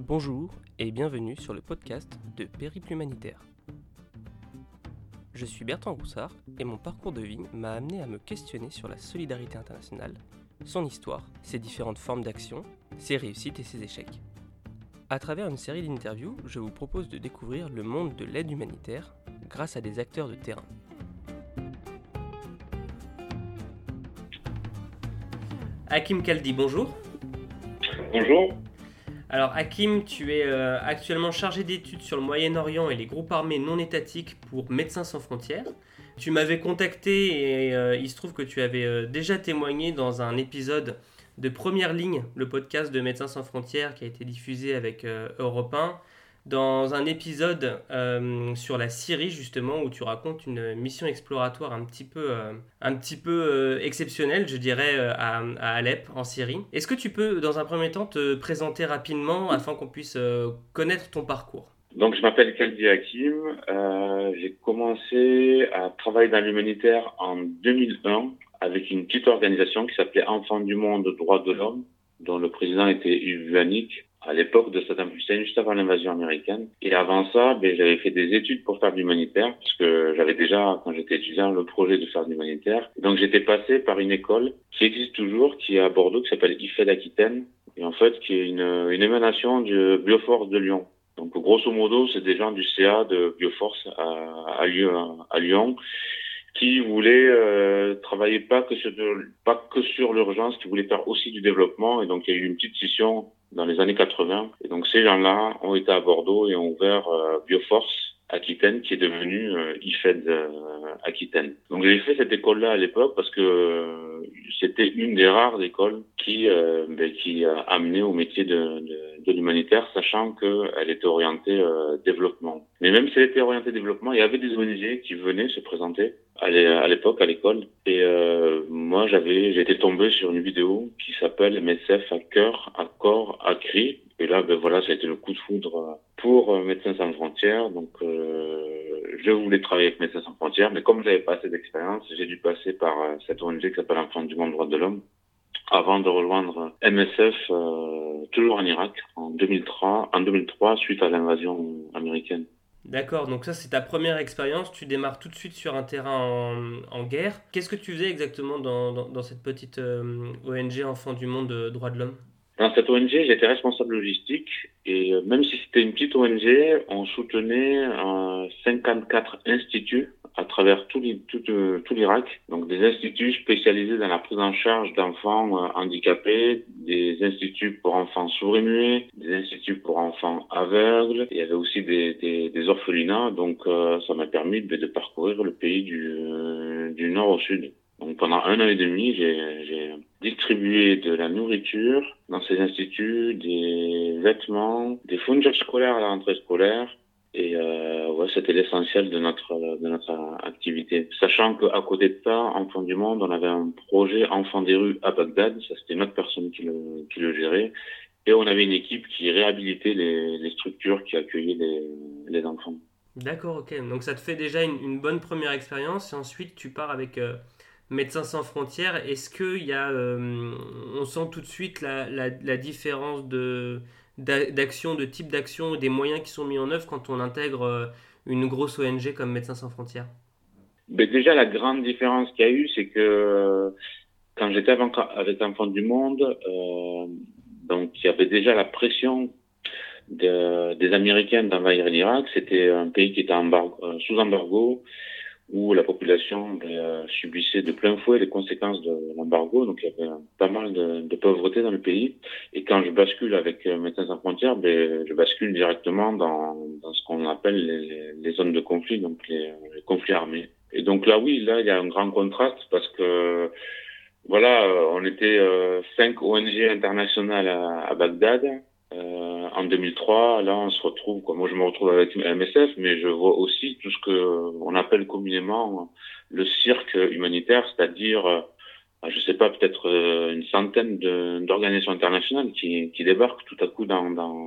Bonjour et bienvenue sur le podcast de Périple Humanitaire. Je suis Bertrand Roussard et mon parcours de vie m'a amené à me questionner sur la solidarité internationale, son histoire, ses différentes formes d'action, ses réussites et ses échecs. À travers une série d'interviews, je vous propose de découvrir le monde de l'aide humanitaire grâce à des acteurs de terrain. Hakim Kaldi, bonjour. Bonjour. Alors Hakim, tu es actuellement chargé d'études sur le Moyen-Orient et les groupes armés non étatiques pour Médecins sans frontières. Tu m'avais contacté et il se trouve que tu avais déjà témoigné dans un épisode de Première Ligne, le podcast de Médecins sans frontières qui a été diffusé avec Europe 1, dans un épisode sur la Syrie justement où tu racontes une mission exploratoire un petit peu exceptionnelle, je dirais, à Alep en Syrie. Est-ce que tu peux dans un premier temps te présenter rapidement afin qu'on puisse connaître ton parcours ? Donc, je m'appelle Kaldi Hakim. J'ai commencé à travailler dans l'humanitaire en 2001 avec une petite organisation qui s'appelait Enfants du Monde, Droits de l'Homme, dont le président était Yves Vanik, à l'époque de Saddam Hussein, juste avant l'invasion américaine. Et avant ça, j'avais fait des études pour faire de l'humanitaire, parce que j'avais déjà, quand j'étais étudiant, le projet de faire de l'humanitaire. Et donc, j'étais passé par une école qui existe toujours, qui est à Bordeaux, qui s'appelle IFED Aquitaine, et en fait, qui est une émanation du Bioforce de Lyon. Donc, grosso modo, c'est des gens du CA de Bioforce à Lyon qui voulaient travailler pas que sur l'urgence, qui voulaient faire aussi du développement. Et donc, il y a eu une petite scission dans les années 80. Et donc, ces gens-là ont été à Bordeaux et ont ouvert Bioforce Aquitaine, qui est devenu IFED Aquitaine. Donc, j'ai fait cette école-là à l'époque parce que c'était une des rares écoles qui a amené au métier de l'humanitaire, sachant qu'elle était orientée développement. Mais même si elle était orientée développement, il y avait des ONG qui venaient se présenter à l'époque à l'école. Et moi, j'ai été tombé sur une vidéo qui s'appelle MSF à cœur, à corps, à cri. Et là, ça a été le coup de foudre pour Médecins sans frontières. Donc, je voulais travailler avec Médecins sans frontières, mais comme j'avais pas assez d'expérience, j'ai dû passer par cette ONG qui s'appelle Enfants du Monde, Droits de l'Homme, avant de rejoindre MSF, toujours en Irak, en 2003, suite à l'invasion américaine. D'accord, donc ça c'est ta première expérience, tu démarres tout de suite sur un terrain en guerre. Qu'est-ce que tu faisais exactement dans cette petite ONG Enfants du Monde Droits de l'Homme ? Dans cette ONG, j'étais responsable logistique et même si c'était une petite ONG, on soutenait 54 instituts à travers tout l'Irak. Donc des instituts spécialisés dans la prise en charge d'enfants handicapés, des instituts pour enfants sourds et muets, des instituts pour enfants aveugles. Il y avait aussi des orphelinats, donc ça m'a permis de parcourir le pays du nord au sud. Donc pendant 1 an et demi, j'ai distribué de la nourriture dans ces instituts, des vêtements, des fournitures scolaires à la rentrée scolaire. Et c'était l'essentiel de notre activité. Sachant qu'à côté de ça, Enfants du Monde, on avait un projet Enfants des rues à Bagdad. Ça, c'était une autre personne qui le gérait. Et on avait une équipe qui réhabilitait les structures qui accueillaient les enfants. D'accord, ok. Donc ça te fait déjà une bonne première expérience et ensuite tu pars avec Médecins sans frontières. Est-ce qu'il y a, on sent tout de suite la différence d'action, de type d'action, des moyens qui sont mis en œuvre quand on intègre une grosse ONG comme Médecins sans frontières ? Déjà, la grande différence qu'il y a eu, c'est que quand j'étais avec Enfants du Monde, donc il y avait déjà la pression des Américains d'envahir l'Irak. C'était un pays qui était sous embargo, où la population subissait de plein fouet les conséquences de l'embargo. Donc, il y avait pas mal de pauvreté dans le pays. Et quand je bascule avec Médecins sans frontières, je bascule directement dans ce qu'on appelle les zones de conflit, donc les conflits armés. Et donc là, il y a un grand contraste parce que, on était 5 ONG internationales à Bagdad. En 2003, là, on se retrouve, moi je me retrouve avec MSF, mais je vois aussi tout ce que on appelle communément le cirque humanitaire, c'est-à-dire, je sais pas, peut-être une centaine d'organisations internationales qui débarquent tout à coup dans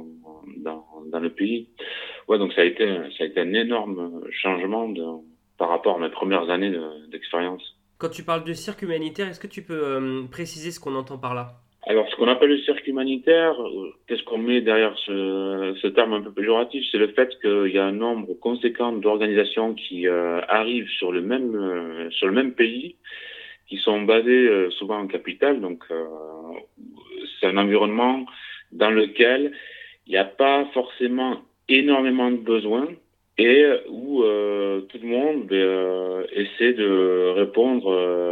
le pays. Ouais, donc ça a été un énorme changement par rapport à mes premières années d'expérience. Quand tu parles de cirque humanitaire, est-ce que tu peux préciser ce qu'on entend par là ? Alors, ce qu'on appelle le cercle humanitaire, qu'est-ce qu'on met derrière ce terme un peu péjoratif? C'est le fait qu'il y a un nombre conséquent d'organisations qui arrivent sur le même pays, qui sont basées souvent en capitale. Donc, c'est un environnement dans lequel il n'y a pas forcément énormément de besoins et où tout le monde essaie de répondre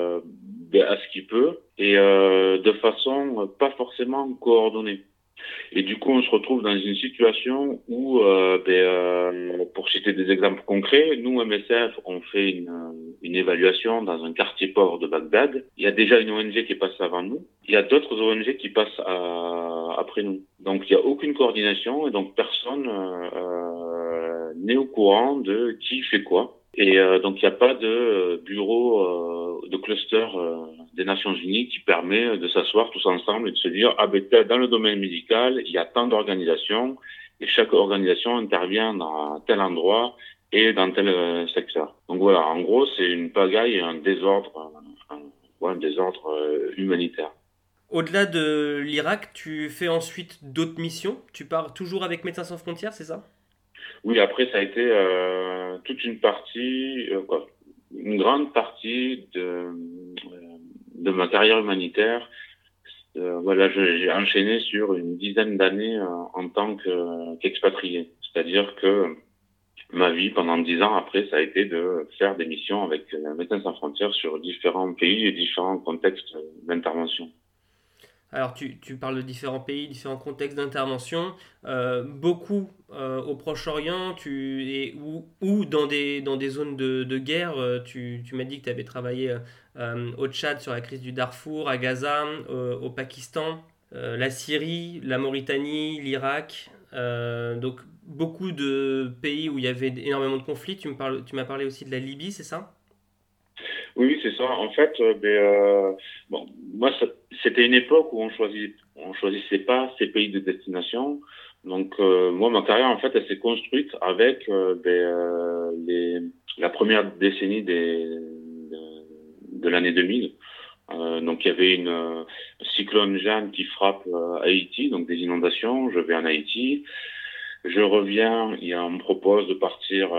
à ce qu'il peut et de façon pas forcément coordonnée. Et du coup, on se retrouve dans une situation où, pour citer des exemples concrets, nous, MSF, on fait une évaluation dans un quartier pauvre de Bagdad. Il y a déjà une ONG qui est passée avant nous. Il y a d'autres ONG qui passent après nous. Donc, il n'y a aucune coordination et donc personne n'est au courant de qui fait quoi. Et donc, il n'y a pas de bureau, de cluster des Nations Unies qui permet de s'asseoir tous ensemble et de se dire, ah ben, dans le domaine médical, il y a tant d'organisations et chaque organisation intervient dans tel endroit et dans tel secteur. Donc voilà, en gros, c'est une pagaille et un désordre, un désordre humanitaire. Au-delà de l'Irak, tu fais ensuite d'autres missions. Tu pars toujours avec Médecins sans frontières, c'est ça? Oui, après, ça a été toute une partie, une grande partie de ma carrière humanitaire. Voilà, j'ai enchaîné sur une dizaine d'années en tant qu'expatrié. C'est-à-dire que ma vie, pendant 10 ans après, ça a été de faire des missions avec Médecins sans frontières sur différents pays et différents contextes d'intervention. Alors, tu parles de différents pays, différents contextes d'intervention, beaucoup au Proche-Orient, ou dans des zones de guerre. Tu m'as dit que tu avais travaillé au Tchad sur la crise du Darfour, à Gaza, au Pakistan, la Syrie, la Mauritanie, l'Irak. Donc, beaucoup de pays où il y avait énormément de conflits. Tu m'as parlé aussi de la Libye, c'est ça? Oui, c'est ça. En fait, bon, moi, c'était une époque où on choisissait pas ses pays de destination. Donc, moi, ma carrière, en fait, elle s'est construite avec la première décennie de l'année 2000. Donc, il y avait une cyclone Jeanne qui frappe Haïti, donc des inondations. Je vais en Haïti. Je reviens, on me propose de partir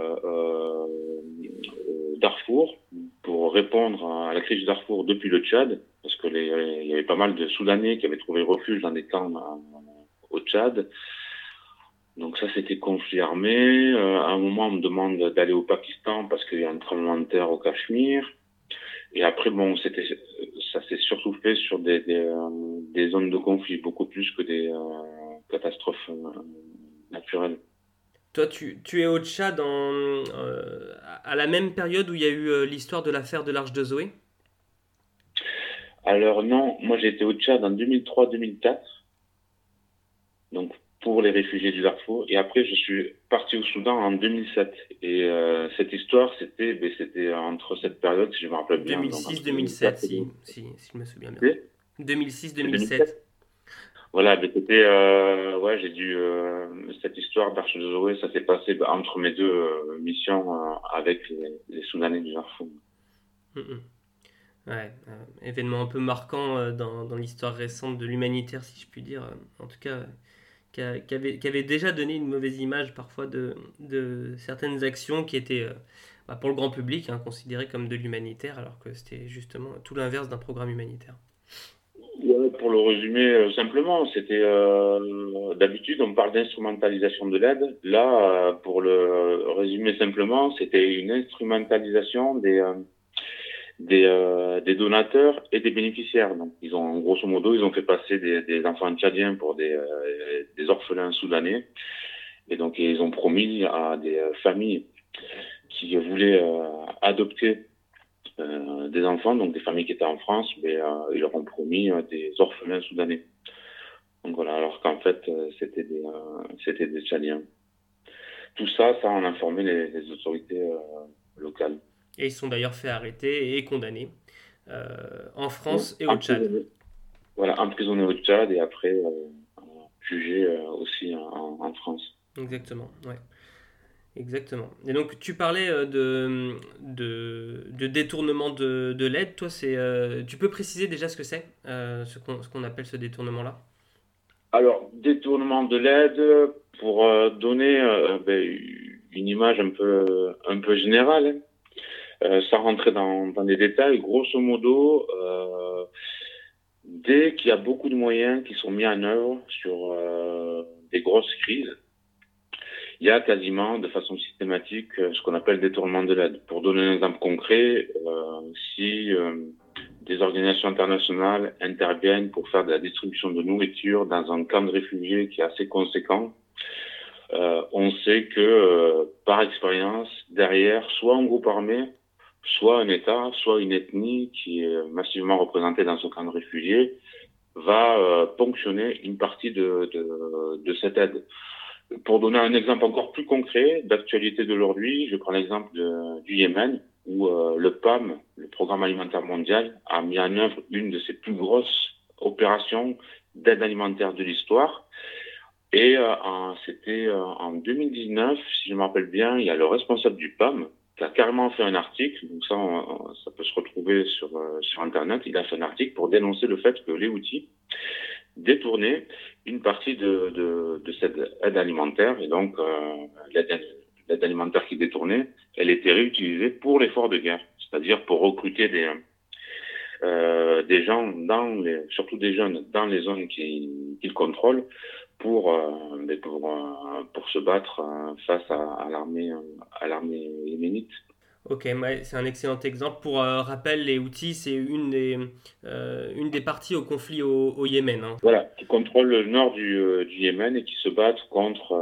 au Darfour pour répondre à la crise du Darfour depuis le Tchad, parce que il y avait pas mal de Soudanais qui avaient trouvé refuge dans des camps au Tchad. Donc ça, c'était conflit armé. À un moment, on me demande d'aller au Pakistan parce qu'il y a un tremblement de terre au Cachemire. Et après, bon, ça s'est surtout fait sur des zones de conflit, beaucoup plus que des catastrophes naturelles. Toi, tu es au Tchad à la même période où il y a eu l'histoire de l'affaire de l'Arche de Zoé? Alors non, moi j'ai été au Tchad en 2003-2004, donc pour les réfugiés du Darfour, et après je suis parti au Soudan en 2007. Et cette histoire, c'était entre cette période, si je me rappelle bien, donc entre 2006-2007, 2004 et si je me souviens bien. 2007. C'est 2006-2007. 2007. Voilà, mais c'était, ouais, cette histoire d'Arche de Zoé, ça s'est passé entre mes deux missions avec les Soudanais du Darfour. Mm, mm. Ouais, événement un peu marquant dans l'histoire récente de l'humanitaire, si je puis dire. En tout cas, qui avait déjà donné une mauvaise image parfois de certaines actions qui étaient, pour le grand public, hein, considérées comme de l'humanitaire, alors que c'était justement tout l'inverse d'un programme humanitaire. Ouais, pour le résumer simplement, c'était d'habitude on parle d'instrumentalisation de l'aide. Là, pour le résumer simplement, c'était une instrumentalisation des donateurs et des bénéficiaires. Donc, ils ont grosso modo, ils ont fait passer des enfants tchadiens pour des orphelins soudanais, et donc ils ont promis à des familles qui voulaient adopter des enfants, donc des familles qui étaient en France, mais ils leur ont promis des orphelins soudanais. Donc voilà, alors qu'en fait, c'était des Tchadiens. Tout ça, ça en a informé les autorités locales. Et ils sont d'ailleurs fait arrêter et condamnés en Ouais. France et au Tchad. Emprisonnés. Voilà, emprisonnés au Tchad et après jugés aussi en France. Exactement, ouais. Exactement. Et donc tu parlais de détournement de l'aide. Toi, tu peux préciser déjà ce que c'est, ce qu'on appelle ce détournement-là? Alors, détournement de l'aide, pour donner une image un peu générale, hein. Sans rentrer dans les détails, grosso modo, dès qu'il y a beaucoup de moyens qui sont mis en œuvre sur des grosses crises, il y a quasiment de façon systématique ce qu'on appelle détournement de l'aide. Pour donner un exemple concret, si des organisations internationales interviennent pour faire de la distribution de nourriture dans un camp de réfugiés qui est assez conséquent, on sait que, par expérience, derrière, soit un groupe armé, soit un État, soit une ethnie qui est massivement représentée dans ce camp de réfugiés, va ponctionner une partie de cette aide. Pour donner un exemple encore plus concret d'actualité d'aujourd'hui, je prends l'exemple du Yémen, où le PAM, le Programme alimentaire mondial, a mis en œuvre une de ses plus grosses opérations d'aide alimentaire de l'histoire. Et c'était en 2019, si je me rappelle bien, il y a le responsable du PAM qui a carrément fait un article, donc ça peut se retrouver sur Internet, il a fait un article pour dénoncer le fait que les Houthis détournaient une partie de cette aide alimentaire, et donc l'aide alimentaire qui détournait, elle était réutilisée pour l'effort de guerre, c'est-à-dire pour recruter des gens, surtout des jeunes, dans les zones qu'ils contrôlent, pour se battre face à l'armée yéménite. Ok, ouais, c'est un excellent exemple. Pour rappel, les Houthis, c'est une des parties au conflit au Yémen, hein. Voilà, qui contrôlent le nord du Yémen et qui se battent contre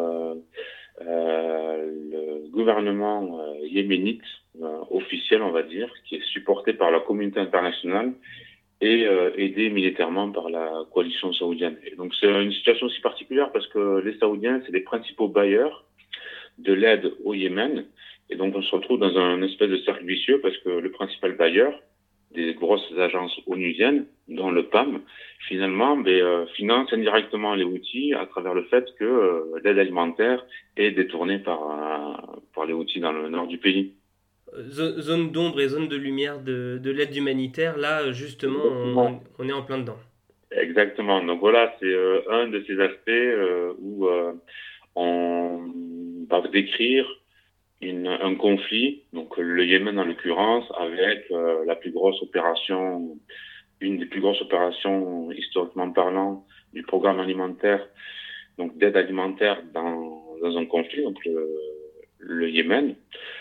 le gouvernement yéménite officiel, on va dire, qui est supporté par la communauté internationale et aidé militairement par la coalition saoudienne. Et donc c'est une situation aussi particulière parce que les Saoudiens, c'est les principaux bailleurs de l'aide au Yémen. Et donc on se retrouve dans un espèce de cercle vicieux parce que le principal bailleur des grosses agences onusiennes, dont le PAM, finalement finance indirectement les Houthis à travers le fait que l'aide alimentaire est détournée par les Houthis dans le nord du pays. Zone d'ombre et zone de lumière de l'aide humanitaire, là, justement, Exactement. on est en plein dedans. Exactement. Donc voilà, c'est un de ces aspects où on va décrire un conflit, donc le Yémen en l'occurrence, avec la plus grosse opération, une des plus grosses opérations historiquement parlant du programme alimentaire, donc d'aide alimentaire dans un conflit, donc le Yémen.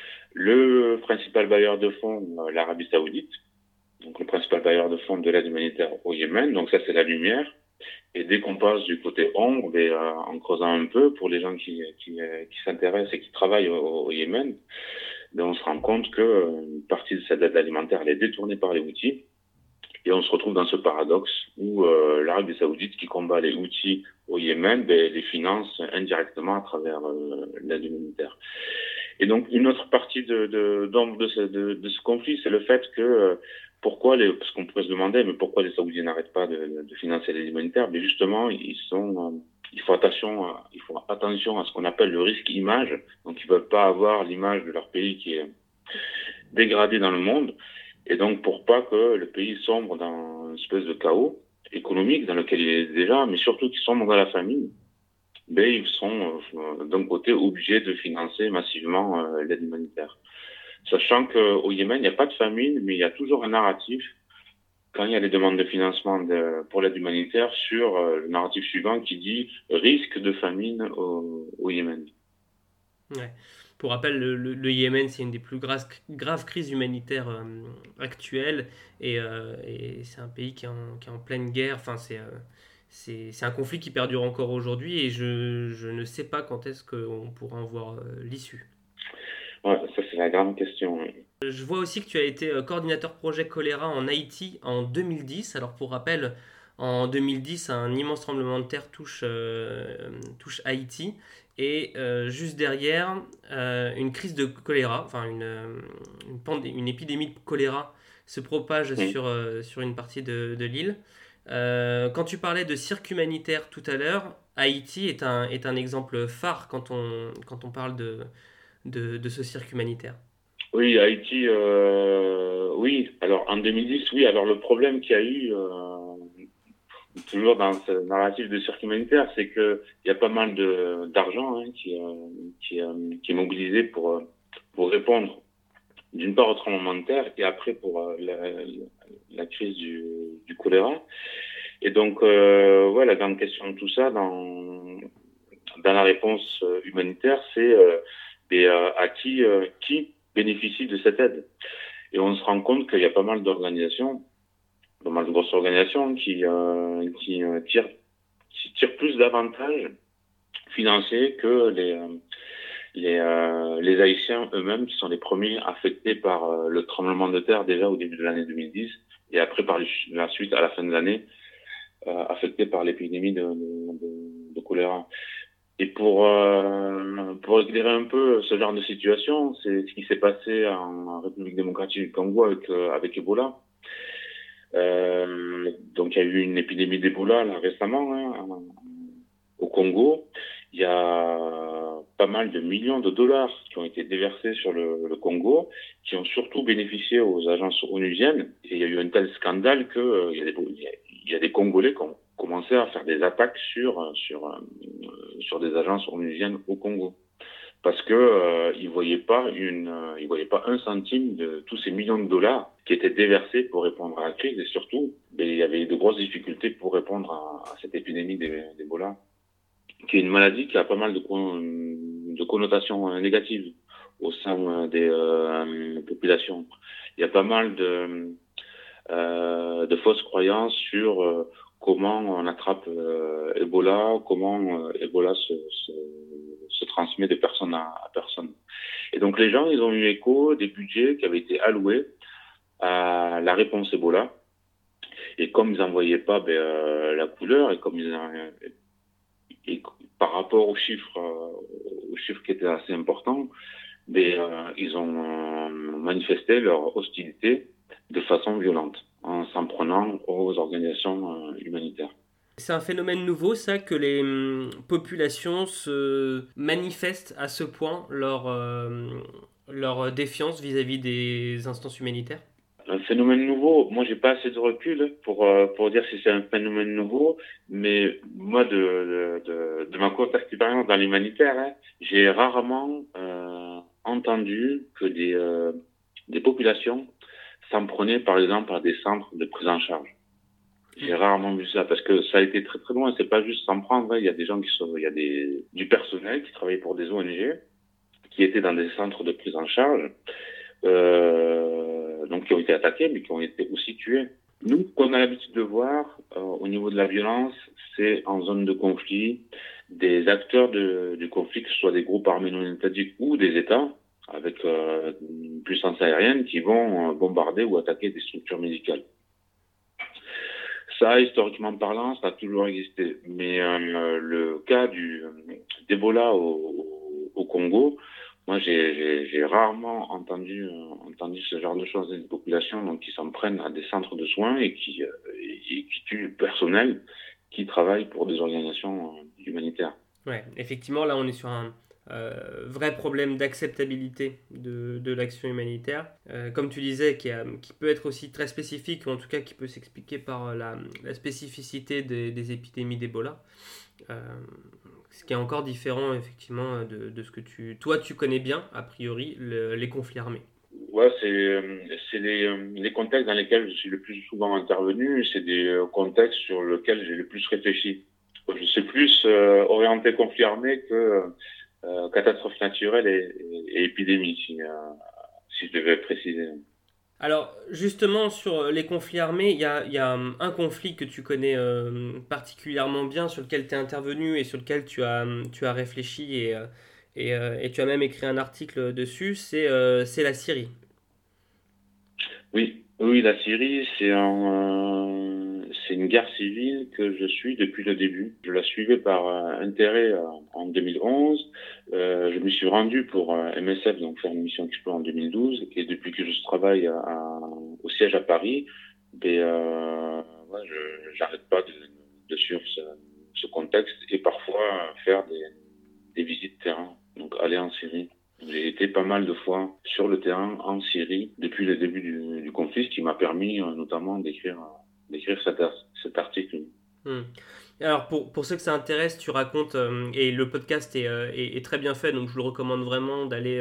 Le principal bailleur de fonds, l'Arabie Saoudite, donc le principal bailleur de fonds de l'aide humanitaire au Yémen, donc ça c'est la lumière. Et dès qu'on passe du côté ombre, en creusant un peu, pour les gens qui s'intéressent et qui travaillent au Yémen, on se rend compte qu'une partie de cette aide alimentaire elle est détournée par les Houthis. Et on se retrouve dans ce paradoxe où l'Arabie Saoudite, qui combat les Houthis au Yémen, les finance indirectement à travers l'aide humanitaire. Et donc, une autre partie d'ombre de ce conflit, c'est le fait que parce qu'on pourrait se demander, mais pourquoi les Saoudiens n'arrêtent pas de financer l'aide humanitaire? Mais justement, il faut attention à ce qu'on appelle le risque image. Donc, ils veulent pas avoir l'image de leur pays qui est dégradée dans le monde. Et donc, pour pas que le pays sombre dans une espèce de chaos économique dans lequel il est déjà, mais surtout qu'il sombre dans la famine, ils sont d'un côté obligés de financer massivement l'aide humanitaire. Sachant qu'au Yémen, il n'y a pas de famine, mais il y a toujours un narratif quand il y a des demandes de financement pour l'aide humanitaire sur le narratif suivant qui dit risque de famine au Yémen. Ouais. Pour rappel, le Yémen, c'est une des plus graves crises humanitaires actuelles et c'est un pays qui est en pleine guerre. Enfin, c'est un conflit qui perdure encore aujourd'hui et je ne sais pas quand est-ce qu'on pourra en voir l'issue. Ouais, ça c'est la grande question. Je vois aussi que tu as été coordinateur projet choléra en Haïti en 2010. Alors pour rappel, en 2010, un immense tremblement de terre touche Haïti. Et juste derrière, une crise de choléra, enfin une épidémie de choléra se propage Mm. sur une partie de l'île. Quand tu parlais de cirque humanitaire tout à l'heure, Haïti est un exemple phare quand on parle de ce cirque humanitaire. Oui, Haïti, oui. Alors en 2010, oui. Alors le problème qu'il y a eu, toujours dans ce narratif de cirque humanitaire, c'est que il y a pas mal d'argent qui est mobilisé pour répondre d'une part au tremblement de terre et après pour la crise du choléra. Et donc voilà, la grande question de tout ça dans la réponse humanitaire, c'est à qui bénéficie de cette aide. Et on se rend compte qu'il y a pas mal de grosses organisations qui tirent plus d'avantages financiers que les Haïtiens eux-mêmes, qui sont les premiers affectés par le tremblement de terre déjà au début de l'année 2010 et après par la suite à la fin de l'année affectés par l'épidémie de choléra. Et pour éclairer un peu ce genre de situation, c'est ce qui s'est passé en République démocratique du Congo avec Ebola. Donc il y a eu une épidémie d'Ebola là, récemment au Congo. Il y a pas mal de millions de dollars qui ont été déversés sur le Congo, qui ont surtout bénéficié aux agences onusiennes. Et il y a eu un tel scandale que il y a des Congolais qui ont commencé à faire des attaques sur des agences onusiennes au Congo. Parce que ils voyaient pas un centime de tous ces millions de dollars qui étaient déversés pour répondre à la crise et surtout, il y avait de grosses difficultés pour répondre à cette épidémie d'Ebola, qui est une maladie qui a pas mal de connotations négatives au sein des populations. Il y a pas mal de fausses croyances sur comment on attrape Ebola, comment Ebola se transmet de personne à personne. Et donc les gens, ils ont eu écho des budgets qui avaient été alloués à la réponse Ebola. Et comme ils n'en voyaient pas la couleur, et par rapport aux chiffres qui étaient assez importants, ils ont manifesté leur hostilité de façon violente en s'en prenant aux organisations humanitaires. C'est un phénomène nouveau, ça, que les populations se manifestent à ce point leur défiance vis-à-vis des instances humanitaires. Un phénomène nouveau, moi j'ai pas assez de recul pour dire si c'est un phénomène nouveau, mais moi de ma courte expérience dans l'humanitaire, j'ai rarement entendu que des populations s'en prenaient par exemple à des centres de prise en charge. J'ai rarement vu ça parce que ça a été très très loin. C'est pas juste s'en prendre. Il y a des gens il y a du personnel qui travaillait pour des ONG qui étaient dans des centres de prise en charge, donc qui ont été attaqués, mais qui ont été aussi tués. Nous, ce qu'on a l'habitude de voir au niveau de la violence, c'est en zone de conflit, des acteurs du conflit, que ce soit des groupes armés non étatiques ou des États, avec une puissance aérienne, qui vont bombarder ou attaquer des structures médicales. Ça, historiquement parlant, ça a toujours existé. Mais le cas d'Ebola au Congo, moi, j'ai rarement entendu ce genre de choses des populations donc, qui s'en prennent à des centres de soins et qui tuent le personnel qui travaille pour des organisations humanitaires. Ouais, effectivement, là, on est sur un vrai problème d'acceptabilité de l'action humanitaire. Comme tu disais, qui peut être aussi très spécifique, ou en tout cas qui peut s'expliquer par la spécificité des épidémies d'Ebola. Ce qui est encore différent, effectivement, de ce que toi, tu connais bien, a priori, les conflits armés. Ouais, c'est les contextes dans lesquels je suis le plus souvent intervenu, c'est des contextes sur lesquels j'ai le plus réfléchi. Je suis plus orienté conflit armé que catastrophe naturelle et épidémie, si je devais préciser. Alors, justement, sur les conflits armés, il y a un conflit que tu connais particulièrement bien, sur lequel tu es intervenu et sur lequel tu as réfléchi et tu as même écrit un article dessus, c'est la Syrie. Oui, la Syrie, c'est une guerre civile que je suis depuis le début. Je la suivais par intérêt en 2011. Je me suis rendu pour MSF, donc faire une mission Explore en 2012. Et depuis que je travaille au siège à Paris, ouais, j'arrête pas de suivre ce contexte et parfois faire des visites terrain, donc aller en Syrie. J'ai été pas mal de fois sur le terrain en Syrie depuis le début du conflit, ce qui m'a permis notamment d'écrire cet article. Hmm. Alors pour ceux que ça intéresse, tu racontes, et le podcast est très bien fait, donc je vous le recommande vraiment d'aller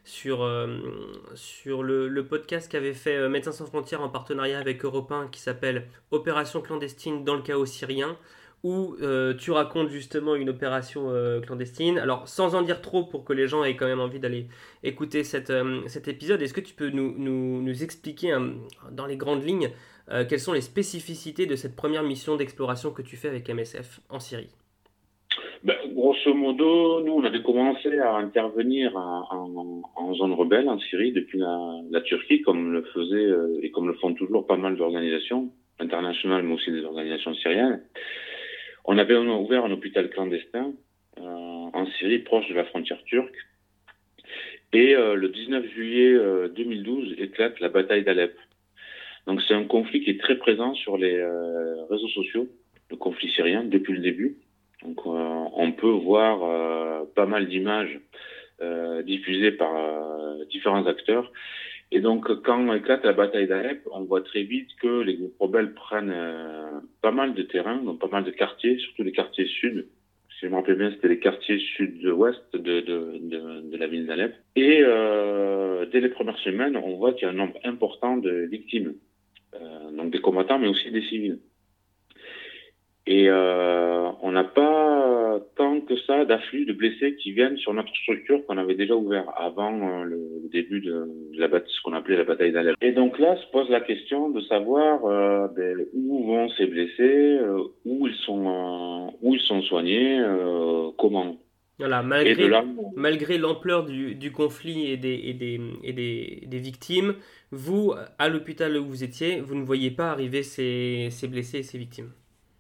sur le podcast qu'avait fait Médecins sans frontières en partenariat avec Europe 1 qui s'appelle Opération clandestine dans le chaos syrien, où tu racontes justement une opération clandestine. Alors sans en dire trop pour que les gens aient quand même envie d'aller écouter cet épisode, est-ce que tu peux nous expliquer dans les grandes lignes quelles sont les spécificités de cette première mission d'exploration que tu fais avec MSF en Syrie? Grosso modo, nous, on avait commencé à intervenir en zone rebelle en Syrie depuis la Turquie, comme le faisaient et comme le font toujours pas mal d'organisations internationales, mais aussi des organisations syriennes. On avait ouvert un hôpital clandestin en Syrie, proche de la frontière turque. Et le 19 juillet 2012 éclate la bataille d'Alep. Donc c'est un conflit qui est très présent sur les réseaux sociaux, le conflit syrien, depuis le début. Donc on peut voir pas mal d'images diffusées par différents acteurs. Et donc quand éclate la bataille d'Alep, on voit très vite que les groupes rebelles prennent pas mal de terrain, donc pas mal de quartiers, surtout les quartiers sud. Si je me rappelle bien, c'était les quartiers sud-ouest de la ville d'Alep. Et dès les premières semaines, on voit qu'il y a un nombre important de victimes, donc des combattants, mais aussi des civils. Et on n'a pas tant que ça d'afflux de blessés qui viennent sur notre structure qu'on avait déjà ouvert avant le début de la bataille, ce qu'on appelait la bataille d'Alep. Et donc là se pose la question de savoir où vont ces blessés, où ils sont soignés, comment. Voilà, Et de là, malgré l'ampleur du conflit des victimes, vous, à l'hôpital où vous étiez, vous ne voyez pas arriver ces blessés et ces victimes.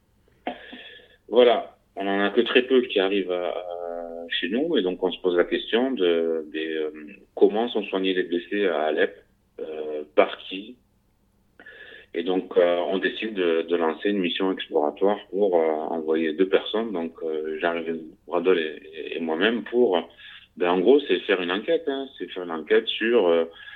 voilà, on en a que très peu qui arrivent chez nous, et donc on se pose la question de comment sont soignés les blessés à Alep, par qui. Et donc on décide de lancer une mission exploratoire pour envoyer 2 personnes, donc Jean-Yves Bradol et moi-même, pour, en gros, c'est faire une enquête, hein, c'est faire une enquête sur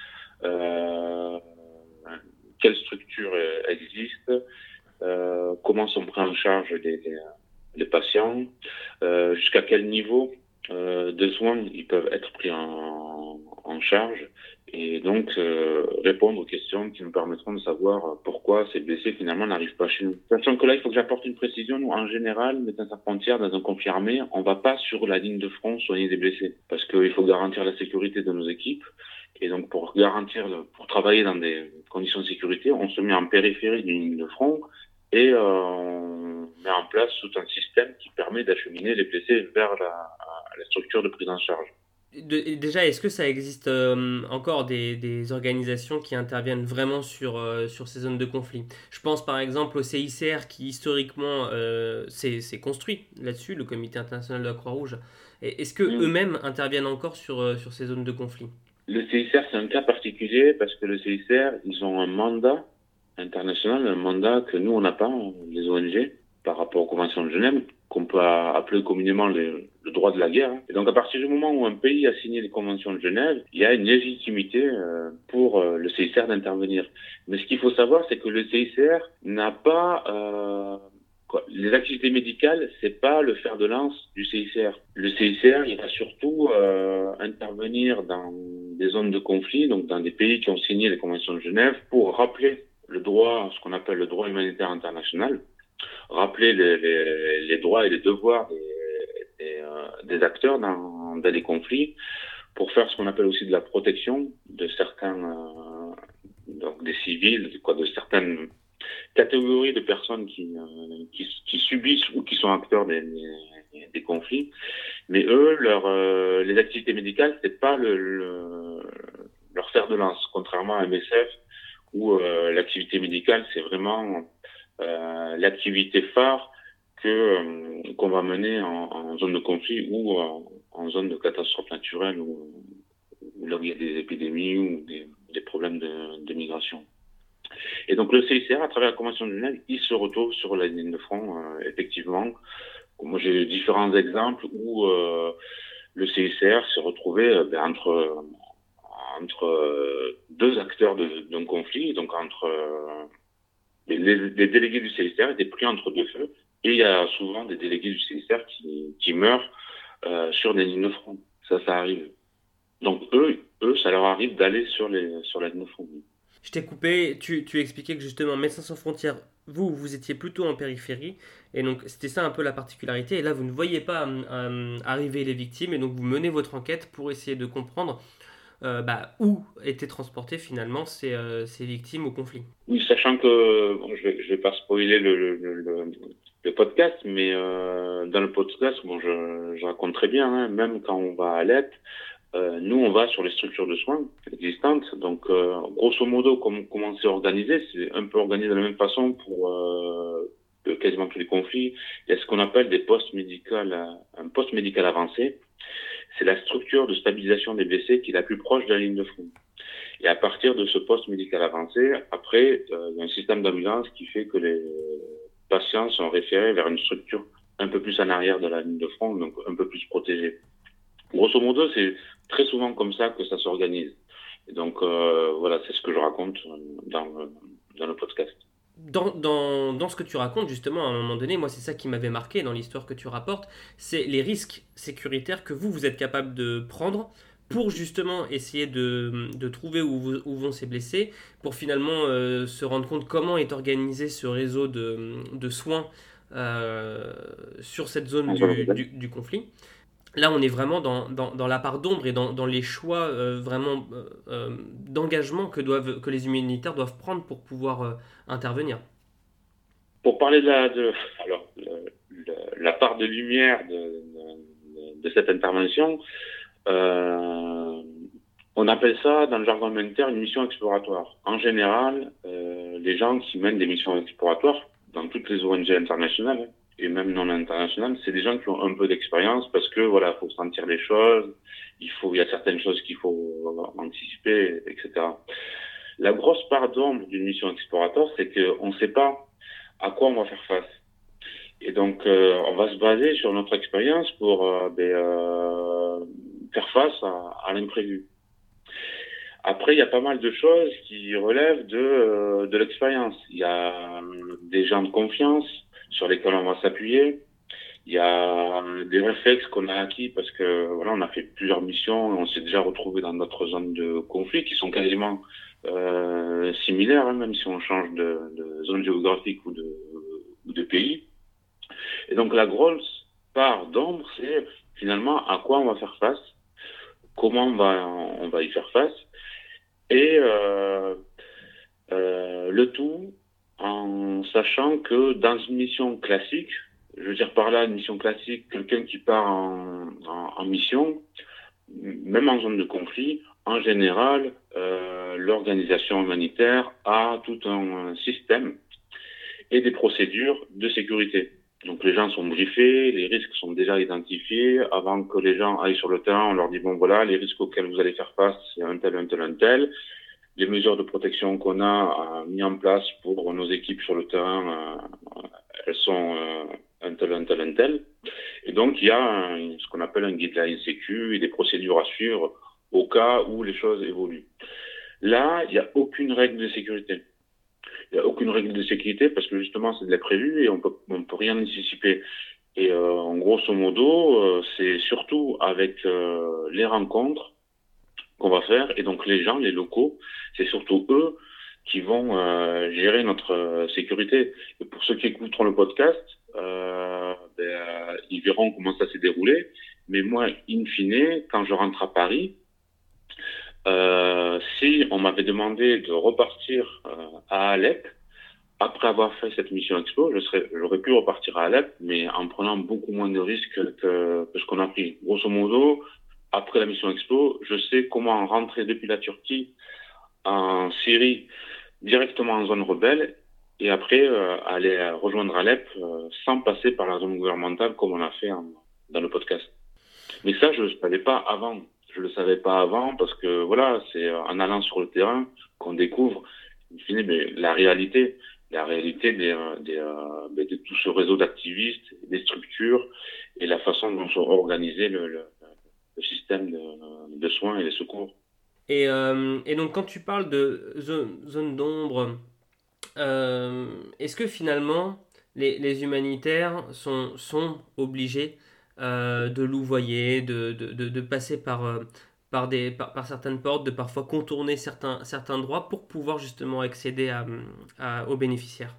euh, quelle structure existe, comment sont pris en charge les patients, jusqu'à quel niveau de soins ils peuvent être pris en charge, et donc répondre aux questions qui nous permettront de savoir pourquoi ces blessés finalement n'arrivent pas chez nous. Sachant que là, il faut que j'apporte une précision. Nous, en général, Médecins sans frontières, dans un conflit armé, on va pas sur la ligne de front soigner des blessés, parce qu'il faut garantir la sécurité de nos équipes. Et donc, pour travailler dans des conditions de sécurité, on se met en périphérie d'une ligne de front, et on met en place tout un système qui permet d'acheminer les blessés vers la structure de prise en charge. Déjà, est-ce que ça existe encore des organisations qui interviennent vraiment sur ces zones de conflit? Je pense par exemple au CICR qui historiquement s'est construit là-dessus, le Comité international de la Croix-Rouge. Est-ce que eux-mêmes interviennent encore sur ces zones de conflit? Le CICR, c'est un cas particulier parce que le CICR, ils ont un mandat international, un mandat que nous, on n'a pas, les ONG, par rapport aux conventions de Genève, qu'on peut appeler communément le droit de la guerre. Et donc, à partir du moment où un pays a signé les conventions de Genève, il y a une légitimité pour le CICR d'intervenir. Mais ce qu'il faut savoir, c'est que le CICR n'a pas... les activités médicales, c'est pas le fer de lance du CICR. Le CICR, il va surtout intervenir dans des zones de conflit, donc dans des pays qui ont signé les conventions de Genève, pour rappeler le droit, ce qu'on appelle le droit humanitaire international, rappeler les droits et les devoirs des acteurs dans des conflits, pour faire ce qu'on appelle aussi de la protection de certains, donc des civils, de certaines catégories de personnes qui subissent ou qui sont acteurs des conflits. Mais eux, les activités médicales, c'est pas leur fer de lance, contrairement à MSF, où l'activité médicale, c'est vraiment l'activité phare qu'on va mener en zone de conflit ou en zone de catastrophe naturelle, ou là où il y a des épidémies ou des problèmes de migration. Et donc le CICR, à travers la Convention de Genève, il se retrouve sur la ligne de front, effectivement. Moi, j'ai différents exemples où le CICR s'est retrouvé entre deux acteurs d'un conflit, donc entre les délégués du CICR étaient pris entre deux feux, et il y a souvent des délégués du CICR qui meurent sur des lignes de front. Ça arrive. Donc eux, ça leur arrive d'aller sur la ligne de front. Je t'ai coupé, tu expliquais que justement, Médecins sans frontières, vous étiez plutôt en périphérie, et donc c'était ça un peu la particularité, et là vous ne voyez pas arriver les victimes, et donc vous menez votre enquête pour essayer de comprendre où étaient transportées finalement ces victimes au conflit. Oui, sachant que bon, je vais pas spoiler le podcast, mais dans le podcast, bon, je raconte très bien, hein, même quand on va à Alep, nous on va sur les structures de soins existantes. Donc grosso modo, comment c'est organisé, c'est un peu organisé de la même façon pour quasiment tous les conflits. Il y a ce qu'on appelle un poste médical avancé. C'est la structure de stabilisation des blessés qui est la plus proche de la ligne de front. Et à partir de ce poste médical avancé, après, il y a un système d'ambulance qui fait que les patients sont référés vers une structure un peu plus en arrière de la ligne de front, donc un peu plus protégée. Grosso modo, c'est très souvent comme ça que ça s'organise. Et donc, voilà, c'est ce que je raconte dans le podcast. Dans ce que tu racontes, justement, à un moment donné, moi, c'est ça qui m'avait marqué dans l'histoire que tu rapportes, c'est les risques sécuritaires que vous êtes capable de prendre pour justement essayer de trouver où vont ces blessés, pour finalement se rendre compte comment est organisé ce réseau de soins sur cette zone du conflit. Là, on est vraiment dans la part d'ombre et dans les choix vraiment d'engagement que les humanitaires doivent prendre pour pouvoir intervenir. Pour parler la part de lumière de cette intervention, on appelle ça, dans le jargon humanitaire, une mission exploratoire. En général, les gens qui mènent des missions exploratoires dans toutes les ONG internationales, et même non internationales, c'est des gens qui ont un peu d'expérience parce que voilà, faut sentir les choses, il y a certaines choses qu'il faut anticiper, etc. La grosse part d'ombre d'une mission exploratoire, c'est qu'on ne sait pas à quoi on va faire face. Et donc, on va se baser sur notre expérience pour faire face à l'imprévu. Après, il y a pas mal de choses qui relèvent de l'expérience. Il y a des gens de confiance sur lesquels on va s'appuyer. Il y a des réflexes qu'on a acquis parce que voilà, on a fait plusieurs missions, on s'est déjà retrouvé dans d'autres zones de conflit qui sont quasiment similaires, hein, même si on change de zone géographique ou de pays. Et donc la grosse part d'ombre, c'est finalement à quoi on va faire face, comment on va y faire face, et le tout en sachant que dans une mission classique, je veux dire par là une mission classique, quelqu'un qui part en mission, même en zone de conflit, en général, l'organisation humanitaire a tout un système et des procédures de sécurité. Donc les gens sont briefés, les risques sont déjà identifiés. Avant que les gens aillent sur le terrain, on leur dit, bon voilà, les risques auxquels vous allez faire face, c'est un tel, un tel, un tel. Les mesures de protection qu'on a mis en place pour nos équipes sur le terrain, elles sont un tel, un tel, un tel. Et donc il y a ce qu'on appelle un guideline sécu et des procédures à suivre au cas où les choses évoluent. Là, il n'y a aucune règle de sécurité. Il n'y a aucune règle de sécurité parce que justement c'est de l'imprévu et on peut rien anticiper. Et en grosso modo, c'est surtout avec les rencontres qu'on va faire et donc les gens, les locaux, c'est surtout eux qui vont gérer notre sécurité. Et pour ceux qui écouteront le podcast, ils verront comment ça s'est déroulé. Mais moi, in fine, quand je rentre à Paris, si on m'avait demandé de repartir à Alep, après avoir fait cette mission expo, j'aurais pu repartir à Alep, mais en prenant beaucoup moins de risques que ce qu'on a pris. Grosso modo, après la mission expo, je sais comment rentrer depuis la Turquie en Syrie directement en zone rebelle et après aller rejoindre Alep sans passer par la zone gouvernementale comme on a fait dans le podcast. Mais ça, je ne le savais pas avant. Je le savais pas avant parce que voilà, c'est en allant sur le terrain qu'on découvre mais la réalité de tout ce réseau d'activistes, des structures et la façon dont sont organisés le système de soins et les secours. Et donc quand tu parles de zone d'ombre, est-ce que finalement les humanitaires sont obligés de louvoyer, de passer par certaines portes, de parfois contourner certains droits pour pouvoir justement accéder aux bénéficiaires?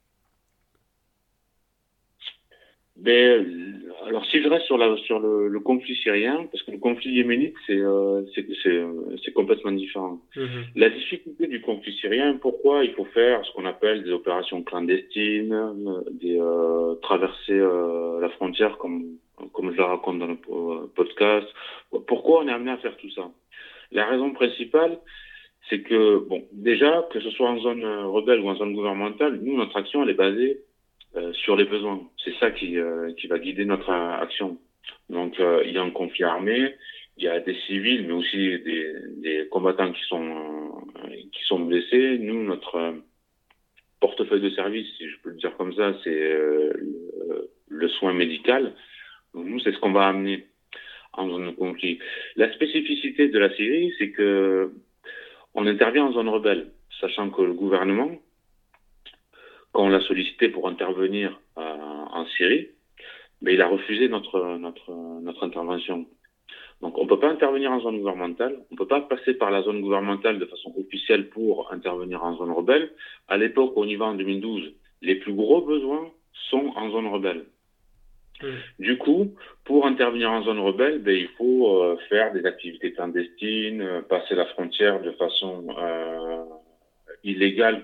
Mais, alors, si je reste sur le conflit syrien, parce que le conflit yéménite, c'est complètement différent. Mhm. La difficulté du conflit syrien, pourquoi il faut faire ce qu'on appelle des opérations clandestines, traverser la frontière comme je le raconte dans le podcast. Pourquoi on est amené à faire tout ça? La raison principale, c'est que, bon, déjà, que ce soit en zone rebelle ou en zone gouvernementale, nous, notre action, elle est basée sur les besoins. C'est ça qui va guider notre action. Donc, il y a un conflit armé, il y a des civils, mais aussi des combattants qui sont blessés. Nous, notre portefeuille de service, si je peux le dire comme ça, c'est le soin médical. Donc, nous, c'est ce qu'on va amener en zone de conflit. La spécificité de la Syrie, c'est que on intervient en zone rebelle, sachant que le gouvernement, quand on l'a sollicité pour intervenir en Syrie, mais il a refusé notre intervention. Donc on ne peut pas intervenir en zone gouvernementale, on ne peut pas passer par la zone gouvernementale de façon officielle pour intervenir en zone rebelle. À l'époque où on y va en 2012, les plus gros besoins sont en zone rebelle. Du coup, pour intervenir en zone rebelle, ben, il faut faire des activités clandestines, passer la frontière de façon illégale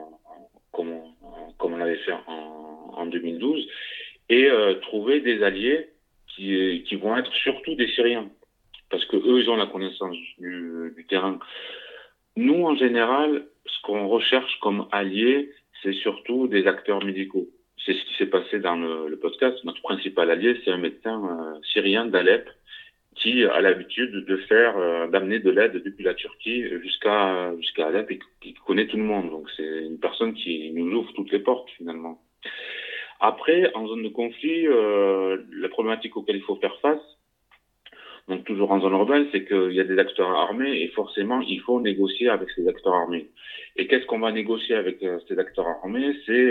comme on l'avait fait en 2012, et trouver des alliés qui vont être surtout des Syriens, parce que eux, ils ont la connaissance du terrain. Nous, en général, ce qu'on recherche comme alliés, c'est surtout des acteurs médicaux. C'est ce qui s'est passé dans le podcast. Notre principal allié, c'est un médecin syrien d'Alep qui a l'habitude d'amener de l'aide depuis la Turquie jusqu'à Alep et qui connaît tout le monde. Donc c'est une personne qui nous ouvre toutes les portes finalement. Après, en zone de conflit, la problématique auquel il faut faire face, donc toujours en zone rebelle, c'est qu'il y a des acteurs armés et forcément il faut négocier avec ces acteurs armés. Et qu'est-ce qu'on va négocier avec ces acteurs armés? C'est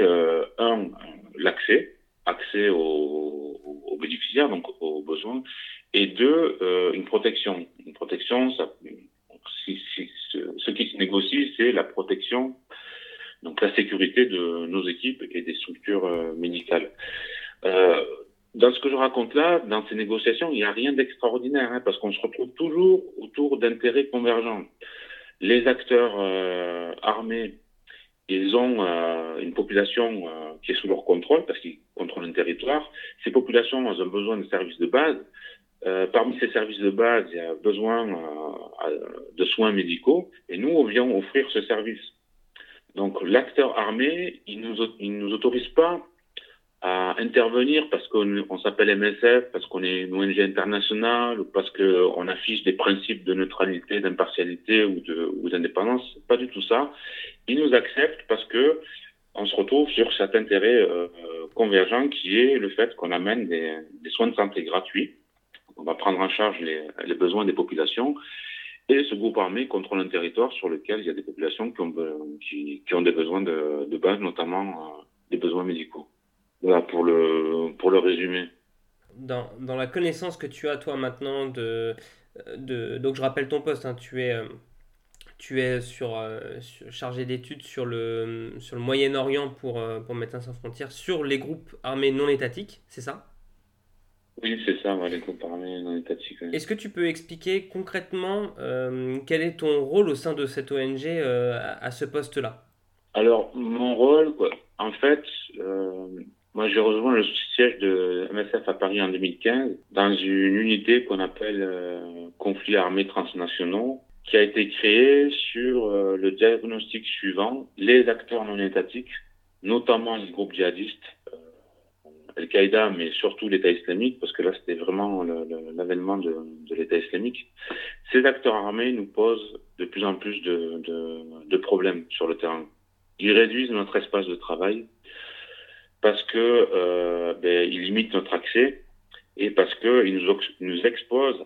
accès aux bénéficiaires, donc aux besoins, et deux, une protection. Une protection, ce qui se négocie, c'est la protection, donc la sécurité de nos équipes et des structures médicales. Dans ce que je raconte là, dans ces négociations, il n'y a rien d'extraordinaire, hein, parce qu'on se retrouve toujours autour d'intérêts convergents. Les acteurs armés, ils ont une population qui est sous leur contrôle, parce qu'ils contrôlent un territoire. Ces populations ont un besoin de services de base. Parmi ces services de base, il y a besoin de soins médicaux, et nous, on vient offrir ce service. Donc, l'acteur armé, il nous autorise pas à intervenir parce qu'on s'appelle MSF, parce qu'on est une ONG internationale, ou parce qu'on affiche des principes de neutralité, d'impartialité ou d'indépendance. Pas du tout ça. Ils nous acceptent parce que on se retrouve sur cet intérêt convergent qui est le fait qu'on amène des soins de santé gratuits. On va prendre en charge les besoins des populations. Et ce groupe armé contrôle un territoire sur lequel il y a des populations qui ont des besoins de base, notamment des besoins médicaux. Voilà pour le résumé. Dans la connaissance que tu as toi maintenant donc je rappelle ton poste, hein, tu es chargé d'études sur le Moyen-Orient pour Médecins Sans Frontières, sur les groupes armés non étatiques, c'est ça? Oui, c'est ça, ouais, les groupes armés non étatiques. Ouais. Est-ce que tu peux expliquer concrètement quel est ton rôle au sein de cette ONG à ce poste-là? Alors, mon rôle, quoi, en fait, moi j'ai rejoint le siège de MSF à Paris en 2015 dans une unité qu'on appelle conflits armés transnationaux, qui a été créée sur le diagnostic suivant: les acteurs non étatiques, notamment les groupes djihadistes, Al-Qaïda, mais surtout l'État islamique, parce que là c'était vraiment l'avènement de l'État islamique. Ces acteurs armés nous posent de plus en plus de problèmes sur le terrain. Ils réduisent notre espace de travail parce que ils limitent notre accès et parce qu'ils nous exposent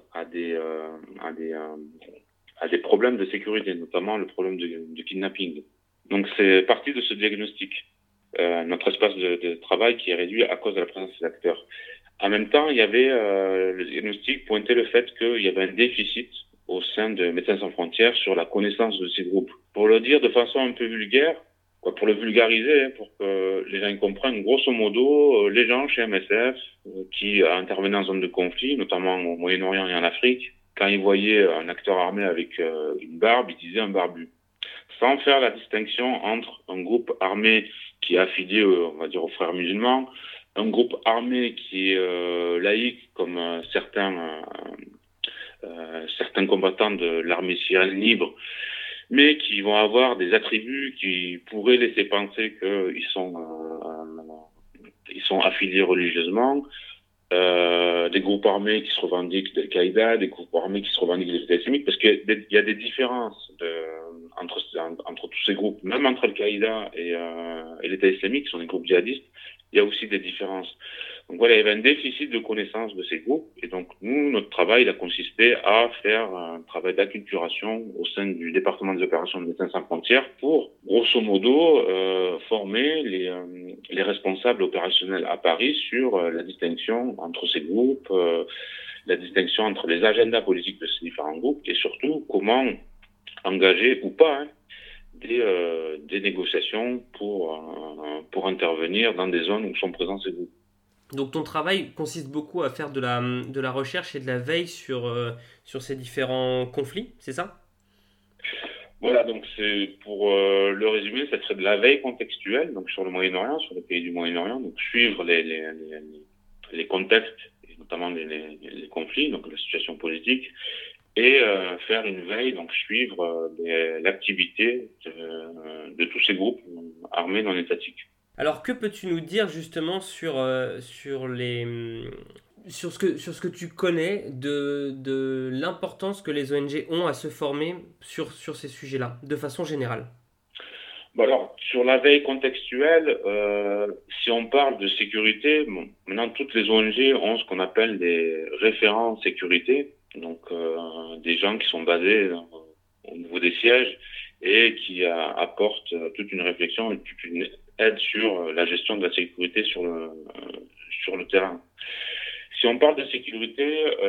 à des problèmes de sécurité, notamment le problème de kidnapping. Donc c'est parti de ce diagnostic, notre espace de travail qui est réduit à cause de la présence des acteurs. En même temps, il y avait le diagnostic pointait le fait qu'il y avait un déficit au sein de Médecins sans frontières sur la connaissance de ces groupes. Pour le dire de façon un peu vulgaire, quoi, pour le vulgariser, hein, pour que les gens comprennent, grosso modo, les gens chez MSF qui intervenaient en zone de conflit, notamment au Moyen-Orient et en Afrique, quand ils voyaient un acteur armé avec une barbe, ils disaient un barbu, sans faire la distinction entre un groupe armé qui est affilié, on va dire, aux frères musulmans, un groupe armé qui est laïque, comme certains combattants de l'armée syrienne libre, mais qui vont avoir des attributs qui pourraient laisser penser ils sont affiliés religieusement, des groupes armés qui se revendiquent d'Al-Qaïda, des groupes armés qui se revendiquent de l'État islamique, parce qu'il y a des différences entre tous ces groupes, même entre Al-Qaïda et l'État islamique, qui sont des groupes djihadistes, il y a aussi des différences. Donc voilà, il y avait un déficit de connaissance de ces groupes, et donc nous, notre travail, il a consisté à faire un travail d'acculturation au sein du département des opérations de Médecins sans frontières pour, grosso modo, former les responsables opérationnels à Paris sur la distinction entre ces groupes, la distinction entre les agendas politiques de ces différents groupes, et surtout comment engager ou pas des négociations pour intervenir dans des zones où sont présents ces groupes. Donc ton travail consiste beaucoup à faire de la recherche et de la veille sur ces différents conflits, c'est ça? Voilà, donc c'est pour le résumer, ça serait de la veille contextuelle, donc sur le Moyen-Orient, sur les pays du Moyen-Orient, donc suivre les contextes, et notamment les conflits, donc la situation politique, et faire une veille, donc suivre l'activité de tous ces groupes armés non étatiques. Alors que peux-tu nous dire justement sur ce que tu connais de l'importance que les ONG ont à se former sur ces sujets-là, de façon générale? Bon alors, sur la veille contextuelle, si on parle de sécurité, bon, maintenant toutes les ONG ont ce qu'on appelle des référents sécurité, donc des gens qui sont basés au niveau des sièges et qui apportent toute une réflexion et toute une aide sur la gestion de la sécurité sur le terrain. Si on parle de sécurité,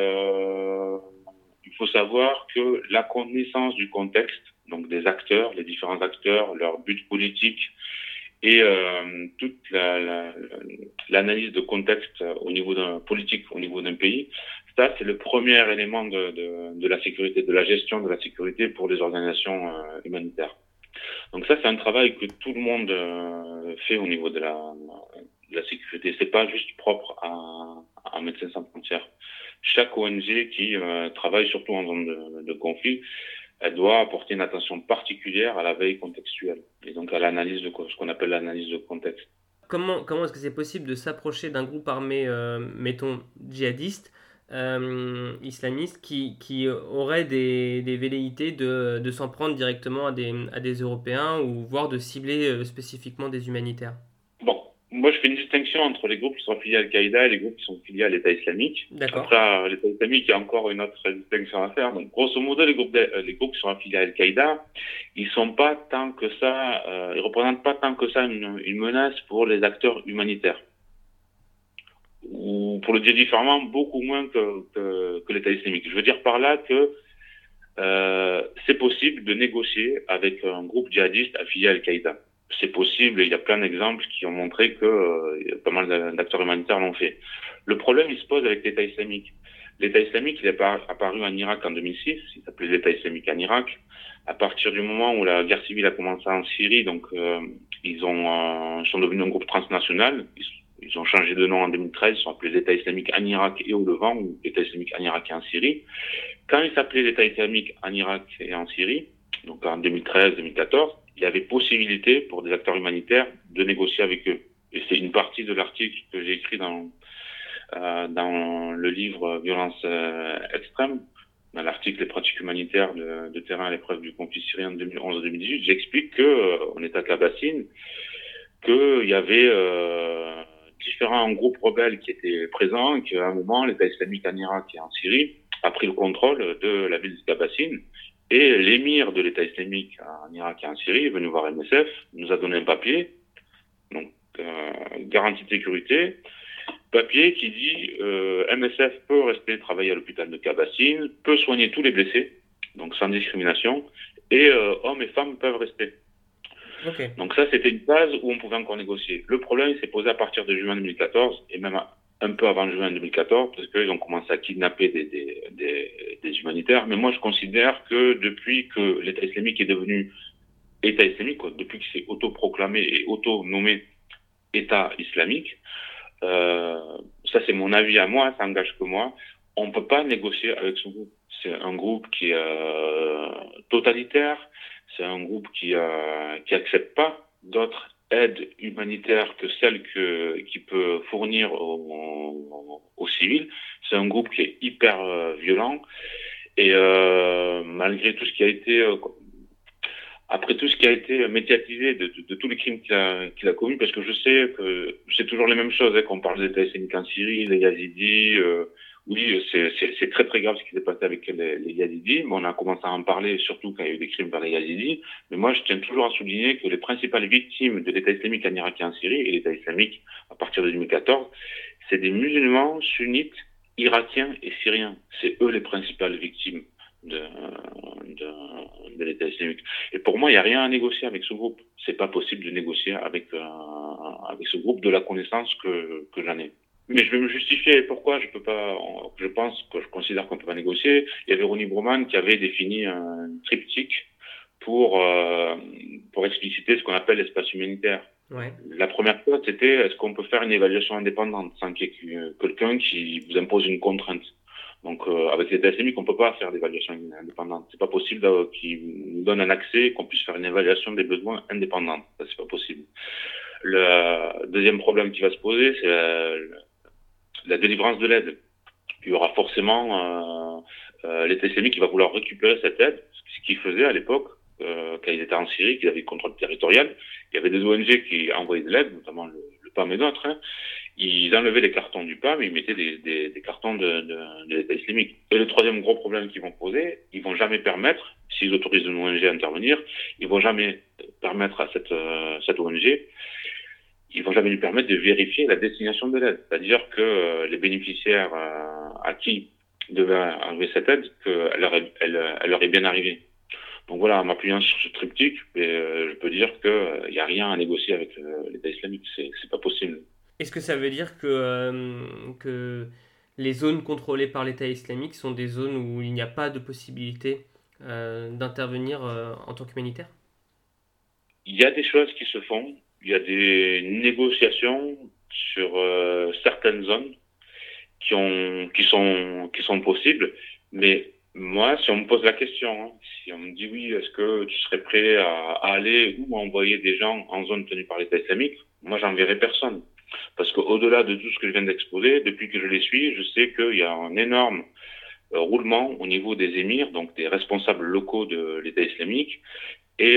il faut savoir que la connaissance du contexte, donc des acteurs, les différents acteurs, leurs buts politiques et toute l'analyse de contexte au niveau d'un politique, au niveau d'un pays, ça c'est le premier élément de la sécurité, de la gestion de la sécurité pour les organisations humanitaires. Donc ça c'est un travail que tout le monde fait au niveau de la sécurité. C'est pas juste propre à Médecins sans frontières. Chaque ONG qui travaille surtout en zone de conflit, elle doit apporter une attention particulière à la veille contextuelle et donc à l'analyse de ce qu'on appelle l'analyse de contexte. Comment est-ce que c'est possible de s'approcher d'un groupe armé, mettons, djihadiste, islamiste, qui aurait des velléités de s'en prendre directement à des Européens ou voire de cibler spécifiquement des humanitaires? Bon, moi je fais une distinction entre les groupes qui sont affiliés à Al-Qaïda et les groupes qui sont affiliés à l'État islamique. D'accord. Après, l'État islamique, il y a encore une autre distinction à faire. Donc, grosso modo, les groupes qui sont affiliés à Al-Qaïda, ils sont pas tant que ça, ils représentent pas tant que ça une menace pour les acteurs humanitaires. Ou pour le dire différemment, beaucoup moins que l'État islamique. Je veux dire par là que c'est possible de négocier avec un groupe djihadiste affilié à Al-Qaïda. C'est possible, il y a plein d'exemples qui ont montré que pas mal d'acteurs humanitaires l'ont fait. Le problème, il se pose avec l'État islamique. L'État islamique, il est apparu en Irak en 2006, il s'appelait l'État islamique en Irak. À partir du moment où la guerre civile a commencé en Syrie, donc ils sont devenus un groupe transnational. Ils ont changé de nom en 2013, ils sont appelés l'État islamique en Irak et au Levant, ou l'État islamique en Irak et en Syrie. Quand il s'appelait l'État islamique en Irak et en Syrie, donc en 2013-2014, il y avait possibilité pour des acteurs humanitaires de négocier avec eux. Et c'est une partie de l'article que j'ai écrit dans le livre Violence extrême, dans l'article Les pratiques humanitaires de terrain à l'épreuve du conflit syrien de 2011-2018. J'explique que on est à Tabassine, qu'il y avait différents groupes rebelles qui étaient présents, et qu'à un moment, l'État islamique en Irak et en Syrie a pris le contrôle de la ville de Tabassine. Et l'émir de l'État islamique en Irak et en Syrie est venu voir MSF, nous a donné un papier, donc garantie de sécurité, papier qui dit MSF peut rester travailler à l'hôpital de Tabassine, peut soigner tous les blessés, donc sans discrimination, et hommes et femmes peuvent rester. Okay. Donc ça, c'était une base où on pouvait encore négocier. Le problème s'est posé à partir de juin 2014, et même un peu avant juin 2014, parce qu'ils ont commencé à kidnapper des humanitaires. Mais moi, je considère que depuis que l'État islamique est devenu État islamique, quoi, depuis qu'il s'est autoproclamé et auto-nommé État islamique, ça c'est mon avis à moi, ça engage que moi, on ne peut pas négocier avec ce groupe. C'est un groupe qui est totalitaire, c'est un groupe qui accepte pas d'autres aides humanitaires que celles qu'il peut fournir aux civils. C'est un groupe qui est hyper violent et malgré tout ce qui a été après tout ce qui a été médiatisé de tous les crimes qu'il a commis, parce que je sais que c'est toujours les mêmes choses, hein, qu'on parle des États islamiques en Syrie, les Yazidis, oui, c'est très très grave ce qui s'est passé avec les Yazidis, mais on a commencé à en parler surtout quand il y a eu des crimes par les Yazidis. Mais moi, je tiens toujours à souligner que les principales victimes de l'État islamique en Irak et en Syrie, et l'État islamique à partir de 2014, c'est des musulmans sunnites, irakiens et syriens. C'est eux les principales victimes de l'État islamique. Et pour moi, il n'y a rien à négocier avec ce groupe. C'est pas possible de négocier avec ce groupe de la connaissance que j'en ai. Mais je vais me justifier pourquoi je considère qu'on ne peut pas négocier. Il y avait Ronnie Broman qui avait défini un triptyque pour expliciter ce qu'on appelle l'espace humanitaire. Ouais. La première chose, c'était est-ce qu'on peut faire une évaluation indépendante sans qu'il y ait quelqu'un qui vous impose une contrainte. Donc, avec l'État islamique, on peut pas faire d'évaluation indépendante. C'est pas possible qu'ils nous donnent un accès, qu'on puisse faire une évaluation des besoins indépendante. Ça, c'est pas possible. Le deuxième problème qui va se poser, c'est la délivrance de l'aide. Il y aura forcément l'État islamique qui va vouloir récupérer cette aide, ce qu'il faisait à l'époque, quand ils étaient en Syrie, qu'ils avaient le contrôle territorial. Il y avait des ONG qui envoyaient de l'aide, notamment le PAM et d'autres. Hein. Ils enlevaient les cartons du PAM et ils mettaient des cartons de l'État islamique. Et le troisième gros problème qu'ils vont poser, ils vont jamais permettre, s'ils autorisent une ONG à intervenir, ils vont jamais permettre à cette ONG, ils vont jamais lui permettre de vérifier la destination de l'aide. C'est-à-dire que les bénéficiaires à qui devait arriver cette aide, qu'elle leur est bien arrivée. Donc voilà, en m'appuyant sur ce triptyque, je peux dire qu'il n'y a rien à négocier avec l'État islamique. C'est pas possible. Est-ce que ça veut dire que les zones contrôlées par l'État islamique sont des zones où il n'y a pas de possibilité d'intervenir en tant qu'humanitaire ? Il y a des choses qui se font. Il y a des négociations sur certaines zones qui sont possibles. Mais moi, si on me pose la question, hein, si on me dit oui, est-ce que tu serais prêt à aller ou à envoyer des gens en zone tenue par l'État islamique, moi, j'enverrai personne. Parce qu'au-delà de tout ce que je viens d'exposer, depuis que je les suis, je sais qu'il y a un énorme roulement au niveau des émirs, donc des responsables locaux de l'État islamique, et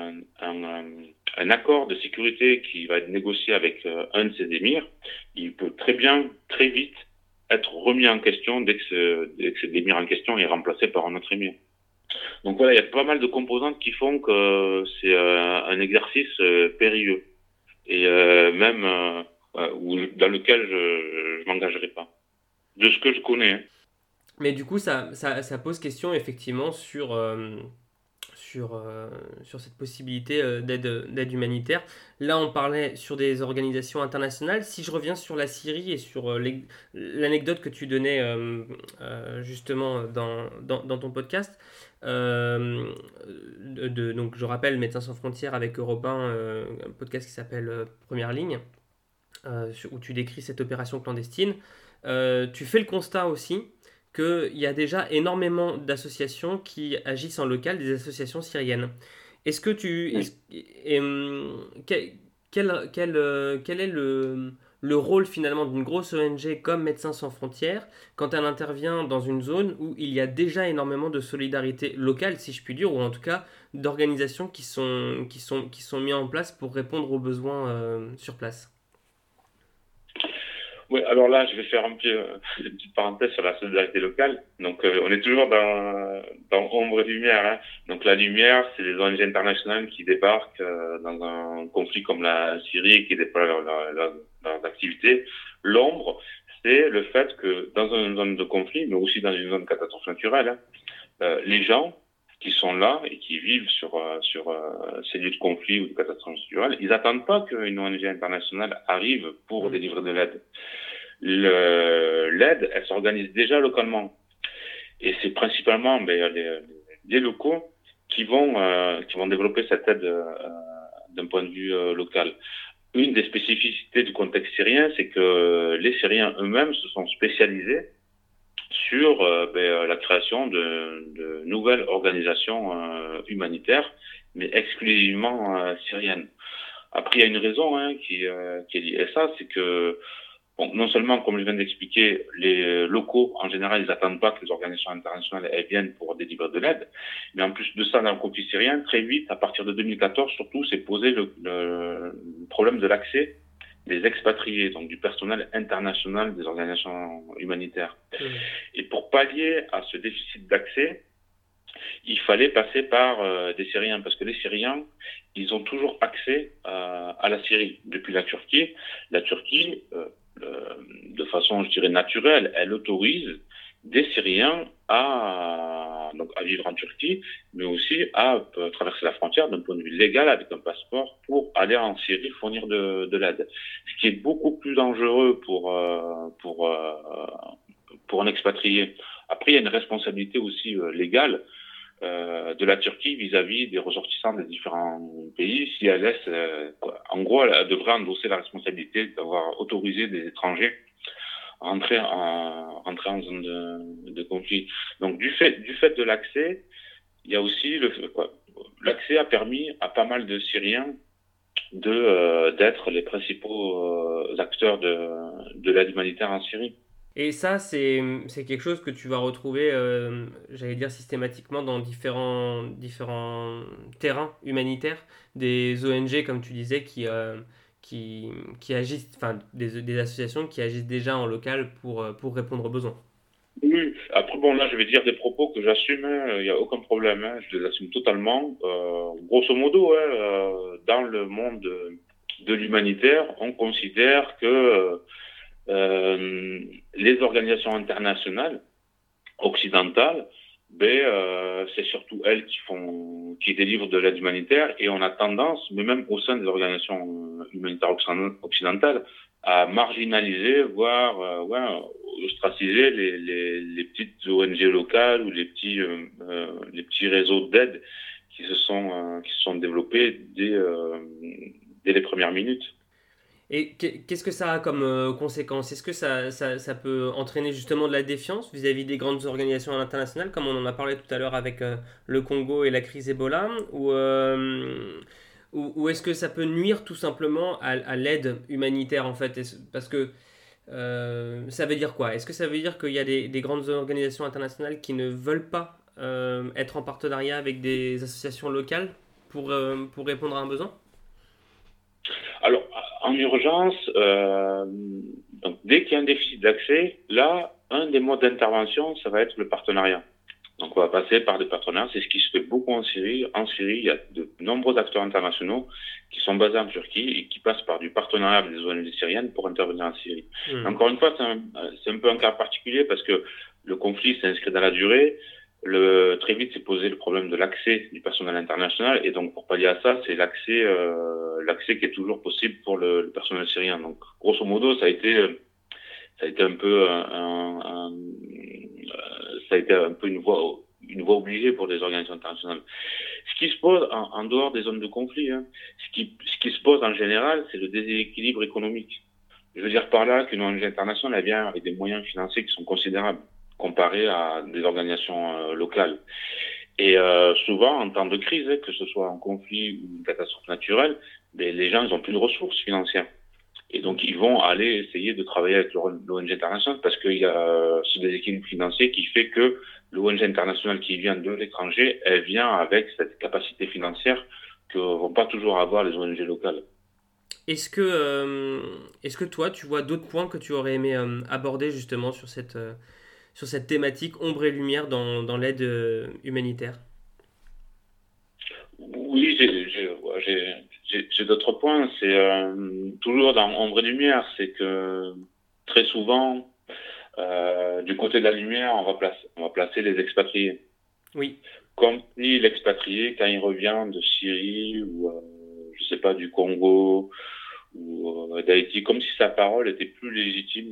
un accord de sécurité qui va être négocié avec un de ces émirs, il peut très bien, très vite, être remis en question dès que cet émir en question est remplacé par un autre émir. Donc voilà, il y a pas mal de composantes qui font que c'est un exercice périlleux. Et même dans lequel je m'engagerai pas. De ce que je connais. Hein. Mais du coup, ça pose question effectivement sur cette possibilité d'aide humanitaire. Là, on parlait sur des organisations internationales. Si je reviens sur la Syrie et sur l'anecdote que tu donnais justement dans ton podcast, donc je rappelle Médecins sans frontières avec Europe 1, un podcast qui s'appelle Première ligne, où tu décris cette opération clandestine. Tu fais le constat aussi qu'il y a déjà énormément d'associations qui agissent en local, des associations syriennes. Est-ce que quel est le rôle finalement d'une grosse ONG comme Médecins sans frontières quand elle intervient dans une zone où il y a déjà énormément de solidarité locale, si je puis dire, ou en tout cas d'organisations qui sont mises en place pour répondre aux besoins sur place ? Oui, alors là, je vais faire une petite parenthèse sur la solidarité locale. Donc, on est toujours dans ombre et lumière, hein. Donc, la lumière, c'est les ONG internationales qui débarquent dans un conflit comme la Syrie, qui déploient leurs activités. L'ombre, c'est le fait que dans une zone de conflit, mais aussi dans une zone de catastrophe naturelle, hein, les gens qui sont là et qui vivent sur ces lieux de conflit ou de catastrophe naturelle, ils attendent pas qu'une ONG internationale arrive pour délivrer de l'aide. L'aide, elle s'organise déjà localement. Et c'est principalement les locaux qui vont développer cette aide d'un point de vue local. Une des spécificités du contexte syrien, c'est que les Syriens eux-mêmes se sont spécialisés sur la création de nouvelles organisations humanitaires, mais exclusivement syriennes. Après, il y a une raison qui est liée à ça, c'est que bon, non seulement, comme je viens d'expliquer, les locaux, en général, ils n'attendent pas que les organisations internationales elles viennent pour délivrer de l'aide, mais en plus de ça, dans le conflit syrien, très vite, à partir de 2014, surtout, s'est posé le problème de l'accès des expatriés, donc du personnel international des organisations humanitaires. Et pour pallier à ce déficit d'accès, il fallait passer par des Syriens, parce que les Syriens, ils ont toujours accès à la Syrie. Depuis la Turquie, de façon, je dirais, naturelle, elle autorise des Syriens donc à vivre en Turquie, mais aussi à traverser la frontière d'un point de vue légal avec un passeport pour aller en Syrie fournir de l'aide. Ce qui est beaucoup plus dangereux pour un expatrié. Après, il y a une responsabilité aussi légale de la Turquie vis-à-vis des ressortissants des différents pays. Si elle laisse, en gros, elle devrait endosser la responsabilité d'avoir autorisé des étrangers à entrer en zone de conflit. Donc, du fait de l'accès, il y a aussi l'accès a permis à pas mal de Syriens d'être les principaux acteurs de l'aide humanitaire en Syrie. Et ça, c'est quelque chose que tu vas retrouver, j'allais dire, systématiquement dans différents terrains humanitaires, des ONG, comme tu disais, qui agissent, enfin, des associations qui agissent déjà en local pour répondre aux besoins. Oui, après, bon, là, je vais dire des propos que j'assume, il n'y a aucun problème, hein, je les assume totalement. Grosso modo, dans le monde de l'humanitaire, on considère que les organisations internationales occidentales, c'est surtout elles qui délivrent de l'aide humanitaire, et on a tendance, mais même au sein des organisations humanitaires occidentales, à marginaliser, voire ostraciser les petites ONG locales ou les petits réseaux d'aide qui se sont développés dès les premières minutes. Et qu'est-ce que ça a comme conséquence? Est-ce que ça peut entraîner justement de la défiance vis-à-vis des grandes organisations internationales, comme on en a parlé tout à l'heure avec le Congo et la crise Ebola, ou est-ce que ça peut nuire tout simplement à l'aide humanitaire en fait? Parce que ça veut dire quoi? Est-ce que ça veut dire qu'il y a des grandes organisations internationales qui ne veulent pas être en partenariat avec des associations locales pour répondre à un besoin? Alors, en urgence, donc dès qu'il y a un déficit d'accès, là, un des modes d'intervention, ça va être le partenariat. Donc, on va passer par des partenaires. C'est ce qui se fait beaucoup en Syrie. En Syrie, il y a de nombreux acteurs internationaux qui sont basés en Turquie et qui passent par du partenariat avec les ONG syriennes pour intervenir en Syrie. Encore une fois, c'est un peu un cas particulier parce que le conflit s'inscrit dans la durée. Très vite s'est posé le problème de l'accès du personnel international, et donc pour pallier à ça, c'est l'accès qui est toujours possible pour le personnel syrien. Donc grosso modo, ça a été un peu une voie obligée pour les organisations internationales. Ce qui se pose en dehors des zones de conflit, ce qui se pose en général, c'est le déséquilibre économique. Je veux dire par là qu'une ONG internationale, elle vient avec des moyens financiers qui sont considérables comparé à des organisations locales. Et souvent, en temps de crise, que ce soit un conflit ou une catastrophe naturelle, les gens, ils ont plus de ressources financières. Et donc, ils vont aller essayer de travailler avec l'ONG internationale parce qu'il y a ce déséquilibre financier qui fait que l'ONG internationale qui vient de l'étranger, elle vient avec cette capacité financière que vont pas toujours avoir les ONG locales. Est-ce que toi, tu vois d'autres points que tu aurais aimé aborder justement sur cette thématique ombre et lumière dans l'aide humanitaire? Oui, ouais, j'ai d'autres points. C'est toujours dans ombre et lumière, c'est que très souvent, du côté de la lumière, on va placer les expatriés. Oui. Comme si l'expatrié, quand il revient de Syrie ou, je sais pas, du Congo ou d'Haïti, comme si sa parole était plus légitime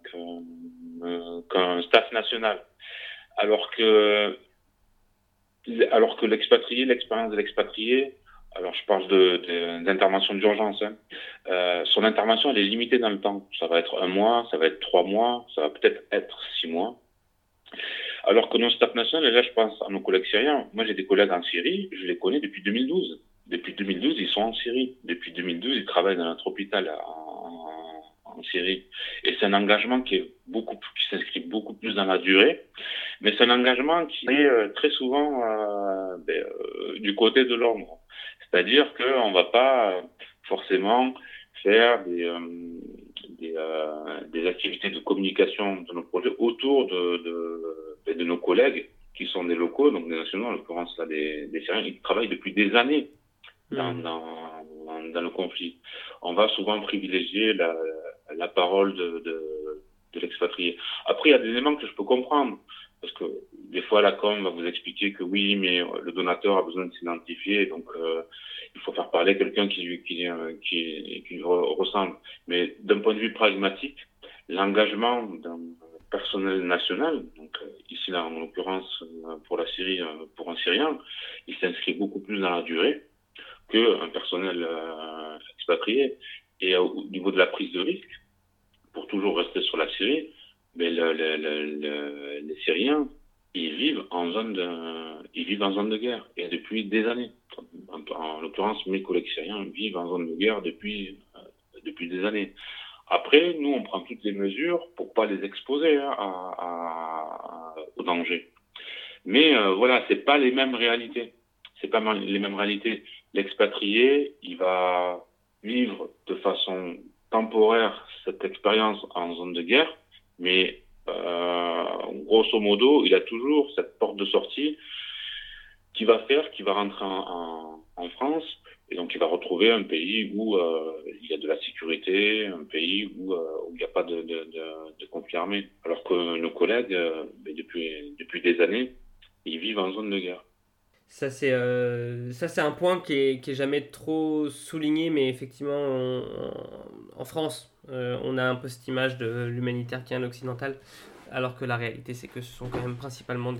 qu'un staff national. Alors que, alors que l'expatrié, l'expérience de l'expatrié, alors je parle d'intervention d'urgence, hein, son intervention, elle est limitée dans le temps. Ça va être 1 mois, ça va être 3 mois, ça va peut-être être 6 mois. Alors que nos staff national, et là je pense à nos collègues syriens, moi j'ai des collègues en Syrie, je les connais depuis 2012. Depuis 2012, ils sont en Syrie. Depuis 2012, ils travaillent dans notre hôpital en Syrie. Et c'est un engagement qui s'inscrit beaucoup plus dans la durée, mais c'est un engagement qui est très souvent du côté de l'ombre. C'est-à-dire qu'on ne va pas forcément faire des activités de communication de nos projets autour de nos collègues qui sont des locaux, donc des nationaux, en l'occurrence là des Syriens, qui travaillent depuis des années dans le conflit. On va souvent privilégier la parole de l'expatrié. Après, il y a des éléments que je peux comprendre. Parce que des fois, la com va vous expliquer que oui, mais le donateur a besoin de s'identifier, donc il faut faire parler quelqu'un qui lui ressemble. Mais d'un point de vue pragmatique, l'engagement d'un personnel national, donc ici là, en l'occurrence pour la Syrie, pour un Syrien, il s'inscrit beaucoup plus dans la durée qu'un personnel expatrié. Et au niveau de la prise de risque, pour toujours rester sur la Syrie, mais les Syriens, ils vivent en zone de guerre, et depuis des années. En l'occurrence, mes collègues syriens vivent en zone de guerre depuis des années. Après, nous, on prend toutes les mesures pour pas les exposer au danger. Mais voilà, c'est pas les mêmes réalités. C'est pas les mêmes réalités. L'expatrié, il va vivre de façon temporaire cette expérience en zone de guerre, mais grosso modo, il a toujours cette porte de sortie qui va rentrer en France, et donc il va retrouver un pays où il y a de la sécurité, un pays où il n'y a pas de conflit armé. Alors que nos collègues, depuis des années, ils vivent en zone de guerre. Ça, c'est un point qui est jamais trop souligné, mais effectivement, en France, on a un peu cette image de l'humanitaire qui est un occidental, alors que la réalité, c'est que ce sont quand même principalement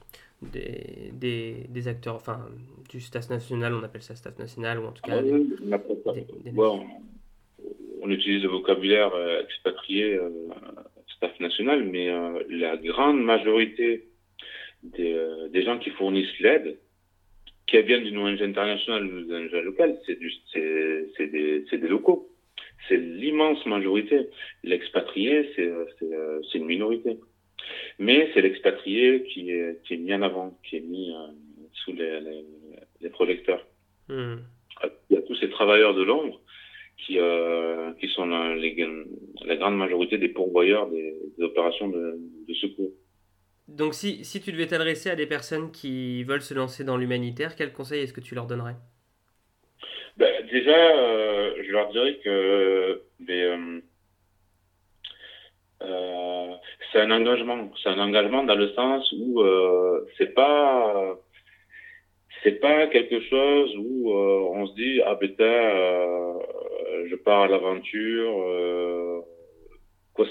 des acteurs, enfin, du staff national, on appelle ça staff national, ou en tout cas Bon, on utilise le vocabulaire expatrié, staff national, mais la grande majorité des gens qui fournissent l'aide, qui viennent d'une ONG internationale ou d'une ONG locale, c'est des locaux. C'est l'immense majorité. L'expatrié, c'est une minorité. Mais c'est l'expatrié qui est mis en avant, qui est mis sous les projecteurs. Il y a tous ces travailleurs de l'ombre qui sont la grande majorité des pourvoyeurs des opérations de secours. Donc si tu devais t'adresser à des personnes qui veulent se lancer dans l'humanitaire, quel conseil est-ce que tu leur donnerais? Déjà, je leur dirais que c'est un engagement. C'est un engagement dans le sens où c'est pas quelque chose où on se dit ah je pars à l'aventure. Quoi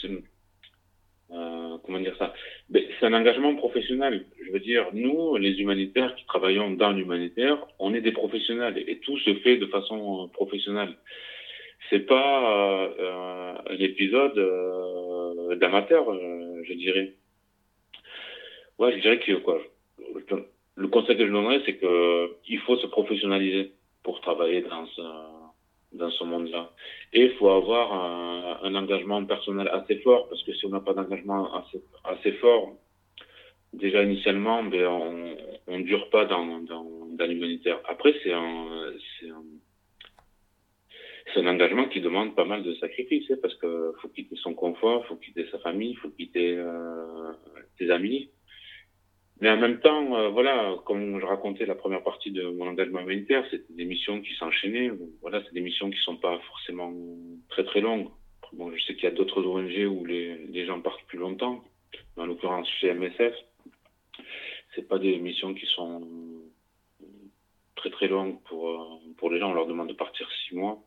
comment dire ça? C'est un engagement professionnel. Je veux dire, nous, les humanitaires qui travaillons dans l'humanitaire, on est des professionnels et tout se fait de façon professionnelle. C'est pas un épisode d'amateur, je dirais. Ouais, je dirais que quoi. Le conseil que je donnerais, c'est que il faut se professionnaliser pour travailler dans ce monde-là. Et il faut avoir un engagement personnel assez fort, parce que si on n'a pas d'engagement assez fort, déjà initialement, on dure pas dans l'humanitaire. Après, c'est un engagement qui demande pas mal de sacrifices, parce que faut quitter son confort, faut quitter sa famille, faut quitter ses amis. Mais en même temps, voilà, comme je racontais la première partie de mon engagement humanitaire, c'était des missions qui s'enchaînaient. Voilà, c'est des missions qui sont pas forcément très très longues. Bon, je sais qu'il y a d'autres ONG où les gens partent plus longtemps. En l'occurrence, chez MSF, c'est pas des missions qui sont très très longues pour les gens. On leur demande de partir 6 mois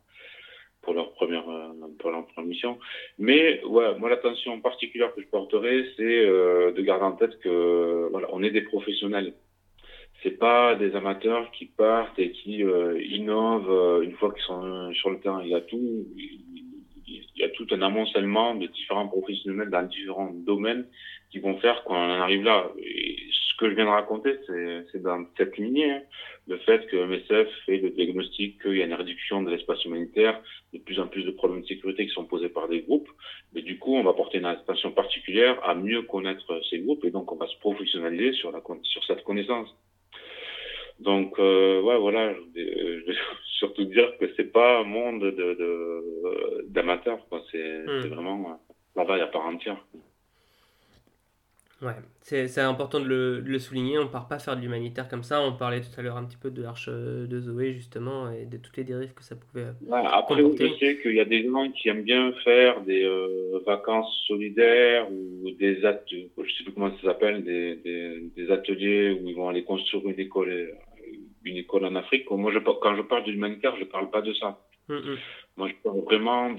pour leur première mission. Mais ouais, moi l'attention particulière que je porterai, c'est de garder en tête que voilà, on est des professionnels. C'est pas des amateurs qui partent et qui innovent une fois qu'ils sont sur le terrain. Il y a tout un amoncellement de différents professionnels dans différents domaines qui vont faire qu'on en arrive là. Et ce que je viens de raconter, c'est dans cette lignée, hein. Le fait que MSF fait le diagnostic qu'il y a une réduction de l'espace humanitaire, de plus en plus de problèmes de sécurité qui sont posés par des groupes. Mais du coup, on va porter une attention particulière à mieux connaître ces groupes et donc on va se professionnaliser sur cette connaissance. Donc, ouais, voilà, je vais surtout dire que c'est pas un monde d'amateurs, quoi. C'est vraiment un travail à part entière. Ouais, c'est important de le souligner. On part pas faire de l'humanitaire comme ça. On parlait tout à l'heure un petit peu de l'Arche de Zoé, justement, et de toutes les dérives que ça pouvait Ouais, après, je comporter. sais qu'il y a des gens qui aiment bien faire des vacances solidaires ou des ateliers, je sais plus comment ça s'appelle, des ateliers où ils vont aller construire une école en Afrique. Quand je parle de l'humanitaire, je parle pas de ça. Moi, je parle vraiment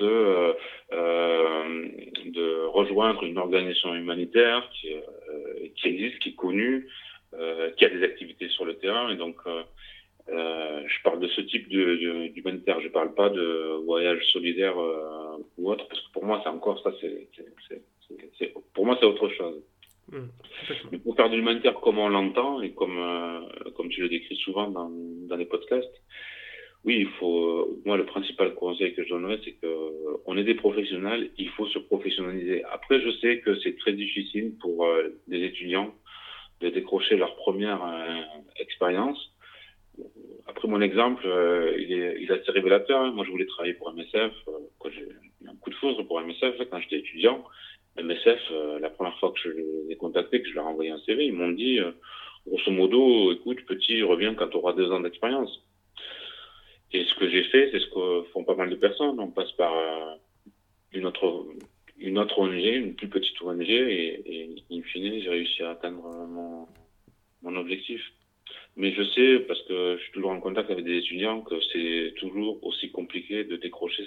de rejoindre une organisation humanitaire qui existe, qui est connue, qui a des activités sur le terrain. Et donc, je parle de ce type d'humanitaire. Je parle pas de voyage solidaire ou autre, parce que pour moi, c'est encore ça. Pour moi, c'est autre chose. Mais pour faire de l'humanitaire comme on l'entend et comme tu le décris souvent dans les podcasts, oui, il faut. Moi, le principal conseil que je donnerais, c'est que on est des professionnels, il faut se professionnaliser. Après, je sais que c'est très difficile pour des étudiants de décrocher leur première expérience. Après, mon exemple, il est assez révélateur, hein. Moi, je voulais travailler pour MSF. J'ai eu un coup de foudre pour MSF quand j'étais étudiant. MSF, la première fois que je les ai contactés, que je leur ai envoyé un CV, ils m'ont dit, grosso modo, écoute, petit, reviens quand tu auras 2 ans d'expérience. Et ce que j'ai fait, c'est ce que font pas mal de personnes. On passe par une autre ONG, une plus petite ONG, et in fine, j'ai réussi à atteindre mon objectif. Mais je sais, parce que je suis toujours en contact avec des étudiants, que c'est toujours aussi compliqué de décrocher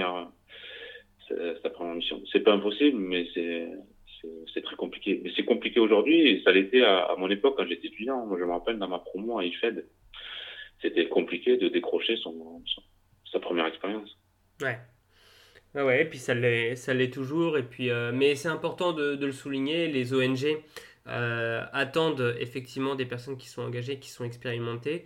sa première mission. C'est pas impossible, mais c'est très compliqué. Mais c'est compliqué aujourd'hui, et ça l'était à mon époque quand j'étais étudiant. Moi, je me rappelle dans ma promo à IFED, c'était compliqué de décrocher sa première expérience. Ouais. Ah ouais, et puis ça l'est toujours. Et puis, mais c'est important de le souligner. Les ONG attendent effectivement des personnes qui sont engagées, qui sont expérimentées.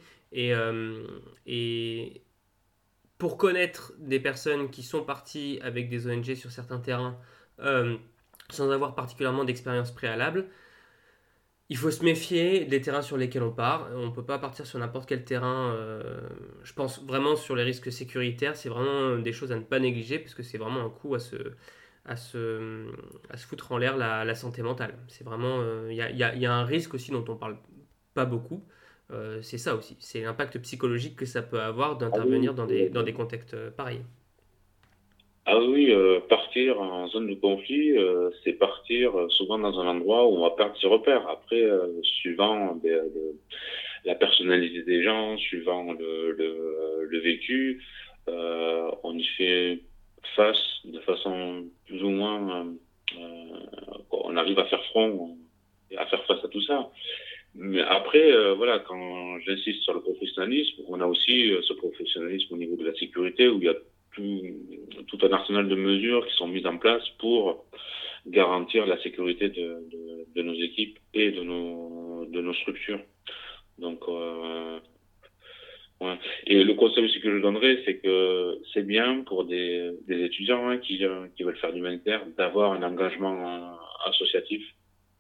Et pour connaître des personnes qui sont parties avec des ONG sur certains terrains euh, sans avoir particulièrement d'expérience préalable, il faut se méfier des terrains sur lesquels on part. On ne peut pas partir sur n'importe quel terrain. Je pense vraiment sur les risques sécuritaires. C'est vraiment des choses à ne pas négliger parce que c'est vraiment un coup à se, à se foutre en l'air la santé mentale. C'est vraiment. Il y a un risque aussi dont on parle pas beaucoup. C'est ça aussi. C'est l'impact psychologique que ça peut avoir Ah d'intervenir oui, dans des contextes pareils. ah oui, partir en zone de conflit, c'est partir souvent dans un endroit où on va perdre ses repères. Après, suivant la personnalité des gens, suivant le vécu, on y fait face de façon plus ou moins. On arrive à faire front et à faire face à tout ça. Mais après, voilà, quand j'insiste sur le professionnalisme, on a aussi ce professionnalisme au niveau de la sécurité où il y a tout un arsenal de mesures qui sont mises en place pour garantir la sécurité de nos équipes et de nos structures. Donc, ouais. Et le conseil aussi que je donnerais, c'est que c'est bien pour des étudiants, hein, qui veulent faire de l'humanitaire d'avoir un engagement associatif.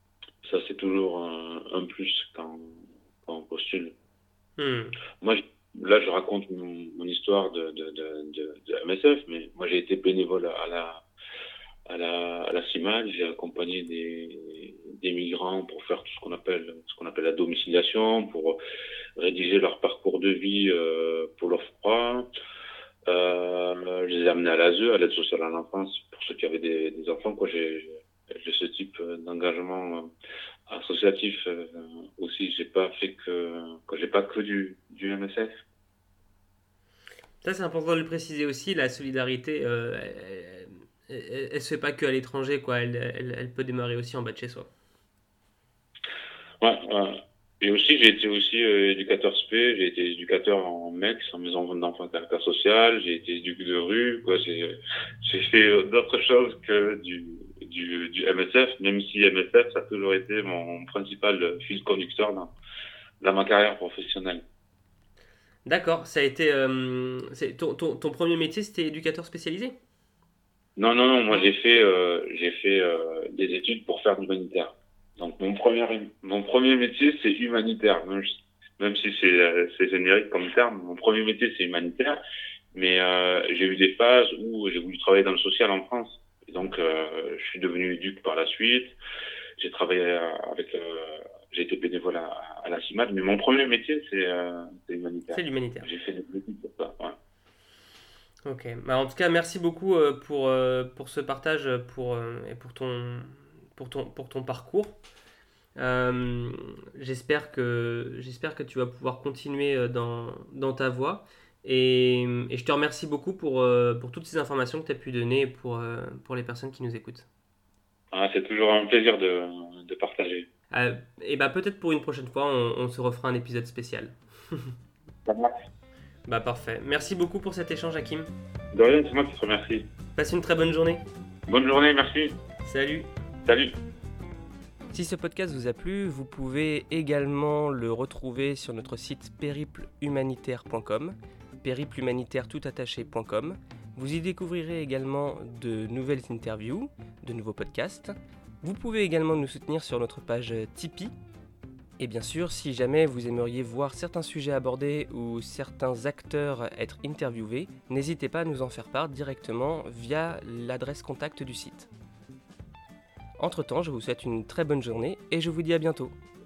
Ça, c'est toujours un plus quand on postule. Hmm. Moi, là, je raconte mon histoire de MSF, mais moi, j'ai été bénévole à la CIMAD. J'ai accompagné des migrants pour faire tout ce qu'on appelle la domiciliation, pour rédiger leur parcours de vie pour l'OFPRA. Je les ai amenés à l'ASE, à l'aide sociale à l'enfance, pour ceux qui avaient des enfants. Quoi, j'ai ce type d'engagement associatif aussi. J'ai pas fait j'ai pas que du MSF. Ça, c'est important de le préciser aussi, la solidarité, elle se fait pas qu'à l'étranger, quoi. Elle peut démarrer aussi en bas de chez soi. Ouais, ouais. Et aussi, j'ai été aussi éducateur SP, j'ai été éducateur en MEX, en maison d'enfants caractère social, j'ai été éduc de rue, quoi. J'ai fait d'autres choses que du MSF, même si MSF, ça a toujours été mon principal fil conducteur dans ma carrière professionnelle. D'accord, ça a été. Ton premier métier, c'était éducateur spécialisé? Non, non, non, moi Non. j'ai fait des études pour faire de l'humanitaire. Donc mon premier métier c'est humanitaire, même si c'est générique comme terme. Mon premier métier c'est humanitaire, mais j'ai eu des phases où j'ai voulu travailler dans le social en France. Et donc je suis devenu éduc par la suite. J'ai travaillé j'ai été bénévole à la CIMAD, mais mon premier métier c'est humanitaire. C'est l'humanitaire. J'ai fait des études pour ça. Ouais. Ok. Bah, en tout cas, merci beaucoup pour ce partage et pour ton parcours. J'espère que tu vas pouvoir continuer dans ta voie. Et je te remercie beaucoup pour toutes ces informations que tu as pu donner pour les personnes qui nous écoutent. Ah, c'est toujours un plaisir de partager. Et bah peut-être pour une prochaine fois, on se refera un épisode spécial. Ça marche. Bah parfait. Merci beaucoup pour cet échange, Hakim. De rien, c'est moi qui te remercie. Passe une très bonne journée. Bonne journée, merci. Salut. Salut. Si ce podcast vous a plu, vous pouvez également le retrouver sur notre site périplehumanitaire.com, périplehumanitaire.com. Vous y découvrirez également de nouvelles interviews, de nouveaux podcasts. Vous pouvez également nous soutenir sur notre page Tipeee. Et bien sûr, si jamais vous aimeriez voir certains sujets abordés ou certains acteurs être interviewés, n'hésitez pas à nous en faire part directement via l'adresse contact du site. Entre-temps, je vous souhaite une très bonne journée et je vous dis à bientôt.